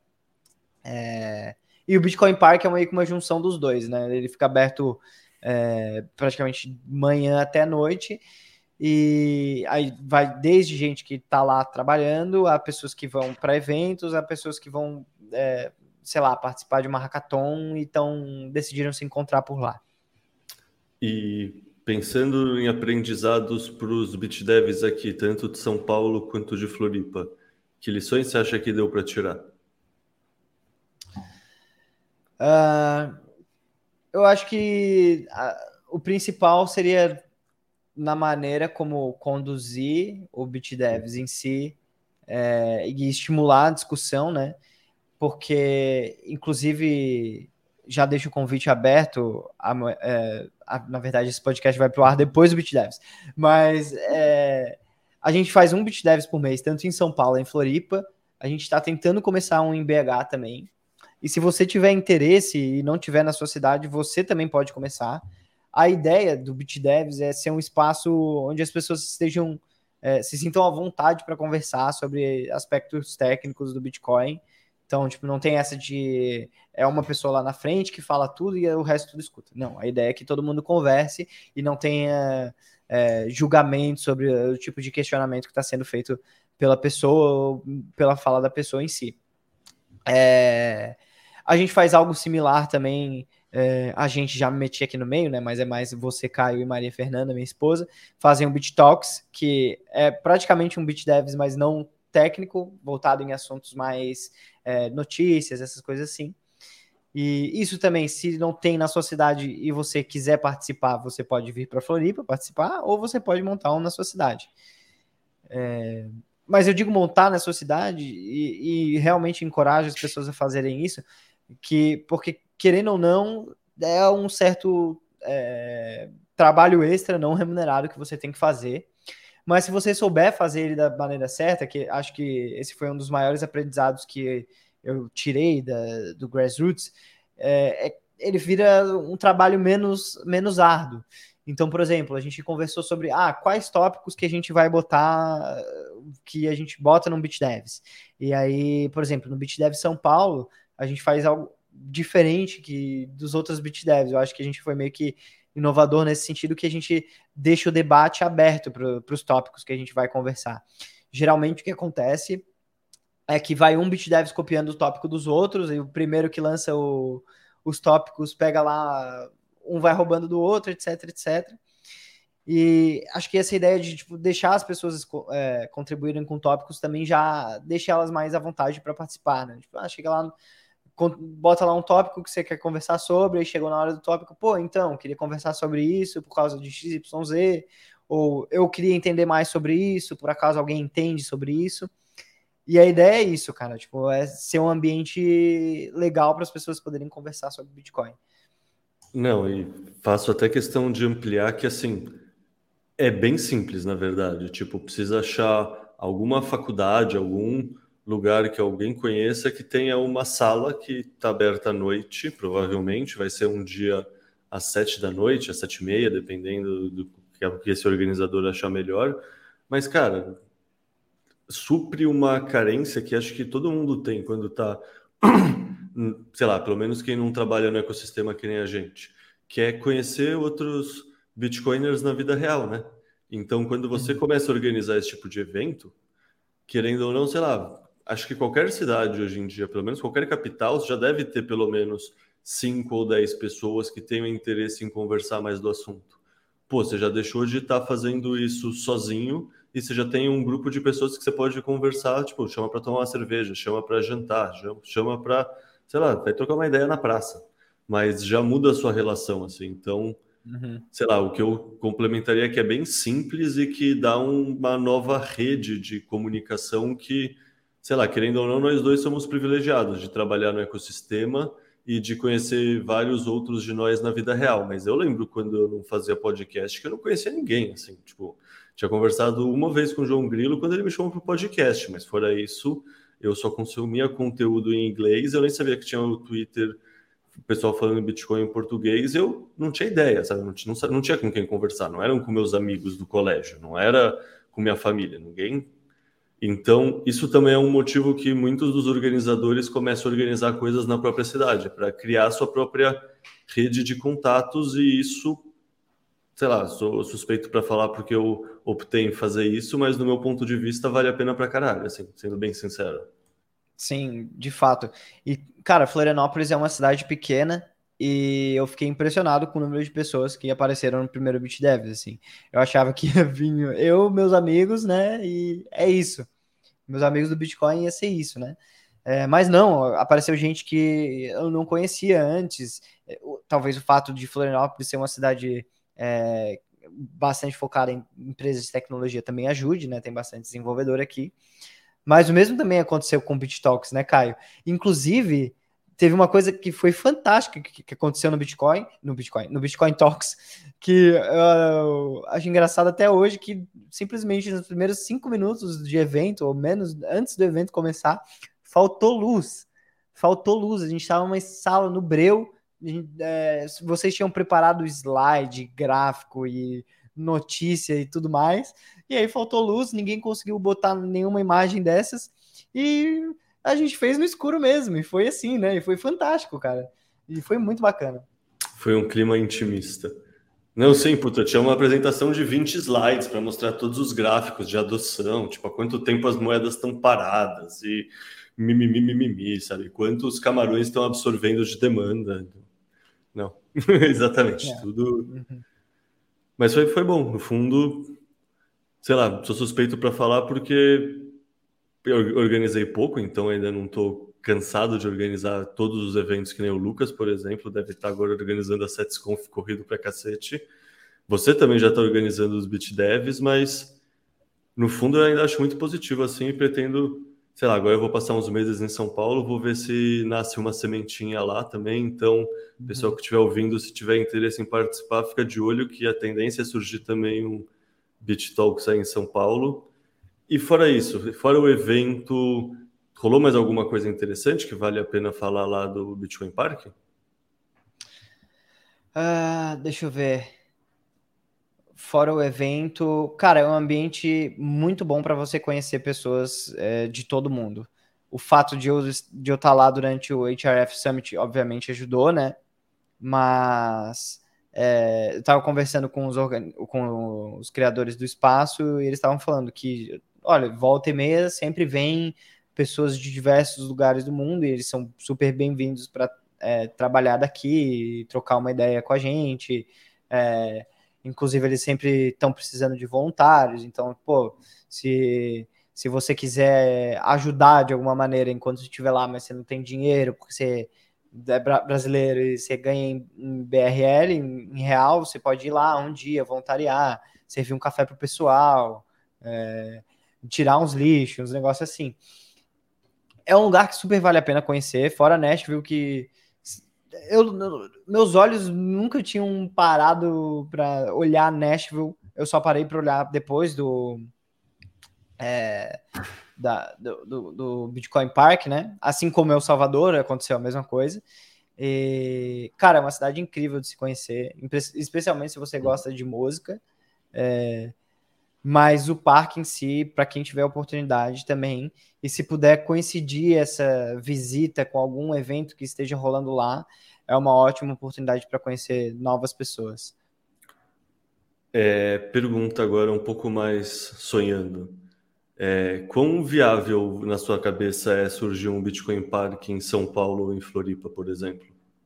S2: E o Bitcoin Park é meio que uma junção dos dois, né? Ele fica aberto praticamente manhã até noite, e aí vai desde gente que está lá trabalhando, a pessoas que vão para eventos, a pessoas que vão, sei lá, participar de uma hackathon e decidiram se encontrar por lá.
S1: E pensando em aprendizados para os BitDevs aqui, tanto de São Paulo quanto de Floripa, que lições você acha que deu para tirar?
S2: Eu acho que o principal seria na maneira como conduzir o BitDevs em si, e estimular a discussão, né? Porque, inclusive, já deixo o convite aberto, na verdade esse podcast vai pro ar depois do BitDevs, mas A gente faz um BitDevs por mês, tanto em São Paulo, em Floripa. A gente está tentando começar um em BH também. E se você tiver interesse e não tiver na sua cidade, você também pode começar. A ideia do BitDevs é ser um espaço onde as pessoas estejam, se sintam à vontade para conversar sobre aspectos técnicos do Bitcoin. Então, tipo, não tem essa de uma pessoa lá na frente que fala tudo e o resto tudo escuta. Não, a ideia é que todo mundo converse e não tenha julgamento sobre o tipo de questionamento que está sendo feito pela pessoa ou pela fala da pessoa em si. A gente faz algo similar também, a gente já me meti aqui no meio, né? Mas é mais você, Caio e Maria Fernanda, minha esposa, fazem um BitTalks, que é praticamente um BitDevs, mas não técnico, voltado em assuntos mais notícias, essas coisas assim. E isso também, se não tem na sua cidade e você quiser participar, você pode vir para Floripa participar, ou você pode montar um na sua cidade. Mas eu digo montar na sua cidade e realmente encorajo as pessoas a fazerem isso, porque, querendo ou não, é um certo trabalho extra não remunerado que você tem que fazer. Mas se você souber fazer ele da maneira certa, que acho que esse foi um dos maiores aprendizados que eu tirei do Grassroots, ele vira um trabalho menos árduo. Então, por exemplo, a gente conversou sobre quais tópicos que a gente vai botar, que a gente bota no BitDevs. E aí, por exemplo, no BitDevs São Paulo, a gente faz algo diferente que dos outros BitDevs. Eu acho que a gente foi meio que inovador nesse sentido, que a gente deixa o debate aberto para os tópicos que a gente vai conversar. Geralmente o que acontece é que vai um BitDevs copiando o tópico dos outros, e o primeiro que lança os tópicos pega lá, um vai roubando do outro, etc, etc. E acho que essa ideia de deixar as pessoas contribuírem com tópicos também já deixa elas mais à vontade para participar, né? Chega lá, bota lá um tópico que você quer conversar sobre, aí chegou na hora do tópico, então, queria conversar sobre isso por causa de XYZ, ou eu queria entender mais sobre isso, por acaso alguém entende sobre isso. E a ideia é isso, cara, é ser um ambiente legal para as pessoas poderem conversar sobre Bitcoin.
S1: Não, e faço até questão de ampliar que, assim, é bem simples, na verdade. Precisa achar alguma faculdade, algum lugar que alguém conheça que tenha uma sala que está aberta à noite, provavelmente. Vai ser um dia às 7 da noite, às 7h30, dependendo do que esse organizador achar melhor. Mas, cara, supre uma carência que acho que todo mundo tem quando está, sei lá, pelo menos quem não trabalha no ecossistema que nem a gente, que é conhecer outros Bitcoiners na vida real, né? Então, quando você começa a organizar esse tipo de evento, querendo ou não, sei lá, acho que qualquer cidade hoje em dia, pelo menos qualquer capital, já deve ter pelo menos 5 ou 10 pessoas que tenham interesse em conversar mais do assunto. Pô, você já deixou de estar fazendo isso sozinho e você já tem um grupo de pessoas que você pode conversar, chama para tomar uma cerveja, chama para jantar, chama para, sei lá, vai trocar uma ideia na praça. Mas já muda a sua relação, assim. Então, sei lá, o que eu complementaria é que é bem simples e que dá uma nova rede de comunicação que, sei lá, querendo ou não, nós dois somos privilegiados de trabalhar no ecossistema e de conhecer vários outros de nós na vida real. Mas eu lembro quando eu não fazia podcast que eu não conhecia ninguém, assim, tinha conversado uma vez com o João Grilo quando ele me chamou para o podcast, mas fora isso, eu só consumia conteúdo em inglês, eu nem sabia que tinha o Twitter, o pessoal falando Bitcoin em português, eu não tinha ideia, sabe? Não tinha com quem conversar, não eram com meus amigos do colégio, não era com minha família, ninguém. Então, isso também é um motivo que muitos dos organizadores começam a organizar coisas na própria cidade, para criar sua própria rede de contatos, e isso, sei lá, sou suspeito para falar porque eu optei em fazer isso, mas do meu ponto de vista vale a pena pra caralho, assim, sendo bem sincero.
S2: Sim, de fato. E, cara, Florianópolis é uma cidade pequena e eu fiquei impressionado com o número de pessoas que apareceram no primeiro BitDevs, assim. Eu achava que ia vir meus amigos, né, e é isso. Meus amigos do Bitcoin ia ser isso, né? Mas não, apareceu gente que eu não conhecia antes. Talvez o fato de Florianópolis ser uma cidade bastante focada em empresas de tecnologia também ajude, né? Tem bastante desenvolvedor aqui. Mas o mesmo também aconteceu com o BitTalks, né, Caio? Inclusive, teve uma coisa que foi fantástica que aconteceu no Bitcoin Talks, que eu acho engraçado até hoje, que simplesmente nos primeiros 5 minutos de evento, ou menos, antes do evento começar, faltou luz. A gente estava numa sala no Breu, vocês tinham preparado slide, gráfico e notícia e tudo mais, e aí faltou luz, ninguém conseguiu botar nenhuma imagem dessas, e a gente fez no escuro mesmo, e foi assim, né? E foi fantástico, cara. E foi muito bacana.
S1: Foi um clima intimista. Não, sim, puta, tinha uma apresentação de 20 slides para mostrar todos os gráficos de adoção, tipo, há quanto tempo as moedas estão paradas e mimimi, sabe? Quantos camarões estão absorvendo de demanda. Não, exatamente, tudo.
S2: Uhum.
S1: Mas foi bom, no fundo, sei lá, sou suspeito para falar porque eu organizei pouco, então ainda não estou cansado de organizar todos os eventos, que nem o Lucas, por exemplo, deve estar agora organizando a SetsConf corrido pra cacete. Você também já está organizando os BitDevs, mas no fundo eu ainda acho muito positivo assim e pretendo, sei lá, agora eu vou passar uns meses em São Paulo, vou ver se nasce uma sementinha lá também, então o pessoal que estiver ouvindo, se tiver interesse em participar, fica de olho que a tendência é surgir também um BitTalks aí em São Paulo. E fora isso, fora o evento, rolou mais alguma coisa interessante que vale a pena falar lá do Bitcoin Park?
S2: Deixa eu ver. Fora o evento, cara, é um ambiente muito bom para você conhecer pessoas de todo mundo. O fato de eu estar lá durante o HRF Summit, obviamente, ajudou, né? Mas eu estava conversando com os criadores do espaço e eles estavam falando que, olha, volta e meia sempre vem pessoas de diversos lugares do mundo e eles são super bem-vindos para trabalhar daqui, trocar uma ideia com a gente. Inclusive, eles sempre estão precisando de voluntários, então, pô, se você quiser ajudar de alguma maneira enquanto você estiver lá, mas você não tem dinheiro, porque você é brasileiro e você ganha em BRL, em real, você pode ir lá um dia, voluntariar, servir um café pro pessoal, tirar uns lixos, uns negócios assim. É um lugar que super vale a pena conhecer, fora Nashville, que meus olhos nunca tinham parado para olhar Nashville, eu só parei para olhar depois do Bitcoin Park, né? Assim como El Salvador, aconteceu a mesma coisa. E, cara, é uma cidade incrível de se conhecer, especialmente se você gosta de música. Mas o parque em si, para quem tiver oportunidade também, e se puder coincidir essa visita com algum evento que esteja rolando lá, é uma ótima oportunidade para conhecer novas pessoas.
S1: Pergunta agora um pouco mais sonhando. Quão viável na sua cabeça é surgir um Bitcoin Park em São Paulo ou em Floripa, por exemplo?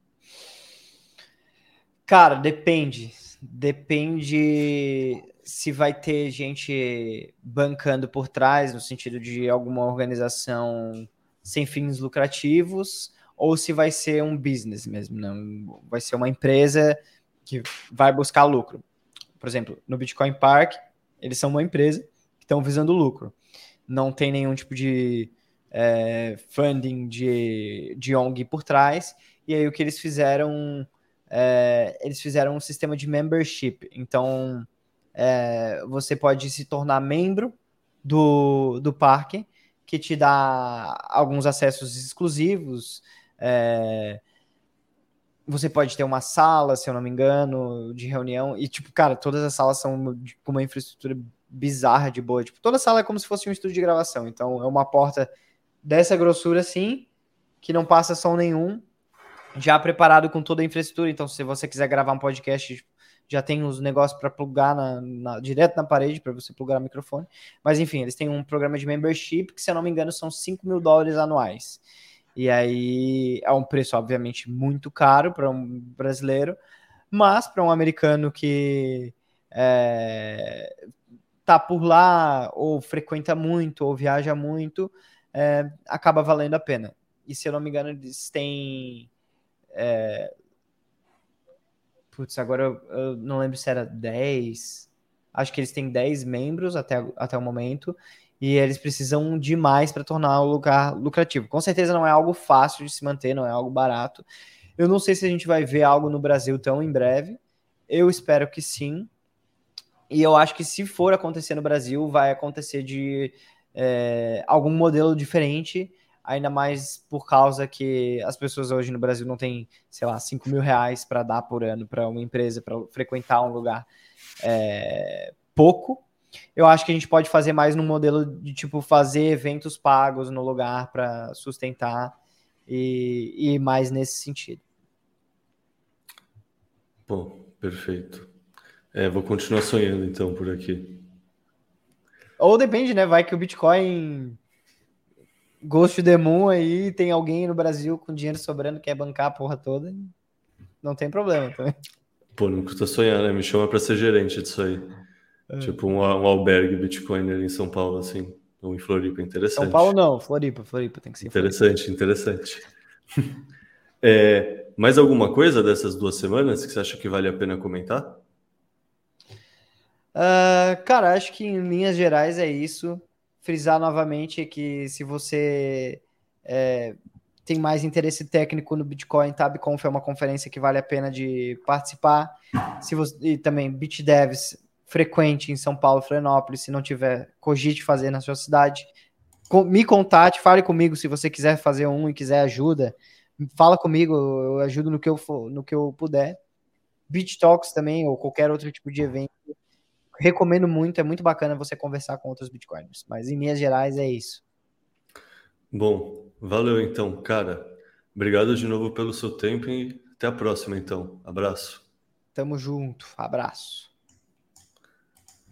S2: Cara, depende. Depende se vai ter gente bancando por trás, no sentido de alguma organização sem fins lucrativos, ou se vai ser um business mesmo, não? Vai ser uma empresa que vai buscar lucro. Por exemplo, no Bitcoin Park, eles são uma empresa que estão visando lucro. Não tem nenhum tipo de funding de ONG por trás. E aí o que eles fizeram um sistema de membership. Então, você pode se tornar membro do parque, que te dá alguns acessos exclusivos. Você pode ter uma sala, se eu não me engano, de reunião. E, tipo, cara, todas as salas são com uma infraestrutura bizarra de boa. Tipo, toda sala é como se fosse um estúdio de gravação. Então, é uma porta dessa grossura, assim, que não passa som nenhum, já preparado com toda a infraestrutura. Então, se você quiser gravar um podcast, já tem os negócios para plugar direto na parede, para você plugar o microfone. Mas, enfim, eles têm um programa de membership que, se eu não me engano, são $5.000 anuais. E aí é um preço, obviamente, muito caro para um brasileiro, mas para um americano que tá por lá, ou frequenta muito, ou viaja muito, acaba valendo a pena. E se eu não me engano, eles têm... Putz, agora eu não lembro se era 10. Acho que eles têm 10 membros até o momento. e eles precisam de mais para tornar o lugar lucrativo. Com certeza não é algo fácil de se manter, não é algo barato. Eu não sei se a gente vai ver algo no Brasil tão em breve. Eu espero que sim. E eu acho que se for acontecer no Brasil, vai acontecer de algum modelo diferente, ainda mais por causa que as pessoas hoje no Brasil não têm, sei lá, 5 mil reais para dar por ano para uma empresa, para frequentar um lugar pouco. Eu acho que a gente pode fazer mais num modelo de, tipo, fazer eventos pagos no lugar para sustentar e mais nesse sentido.
S1: Bom, perfeito. Vou continuar sonhando, então, por aqui.
S2: Ou depende, né? Vai que o Bitcoin Ghost to the Moon aí, tem alguém no Brasil com dinheiro sobrando, quer bancar a porra toda, não tem problema também.
S1: Pô, não custa sonhar, né? Me chama para ser gerente disso aí. Tipo um albergue Bitcoiner em São Paulo, assim. Ou em Floripa, interessante.
S2: São Paulo não, Floripa tem que ser
S1: interessante, Floripa. Interessante. Mais alguma coisa dessas 2 semanas que você acha que vale a pena comentar?
S2: Cara, acho que em linhas gerais é isso. Frisar novamente que se você tem mais interesse técnico no Bitcoin, TabConf é uma conferência que vale a pena de participar. E também BitDevs frequente em São Paulo, Florianópolis. Se não tiver, cogite fazer na sua cidade. Me contate, fale comigo se você quiser fazer um e quiser ajuda. Fala comigo, eu ajudo no que eu puder. BitTalks também, ou qualquer outro tipo de evento. Recomendo muito, é muito bacana você conversar com outros Bitcoiners. Mas em linhas gerais é isso.
S1: Bom, valeu então, cara. Obrigado de novo pelo seu tempo e até a próxima, então. Abraço.
S2: Tamo junto, abraço.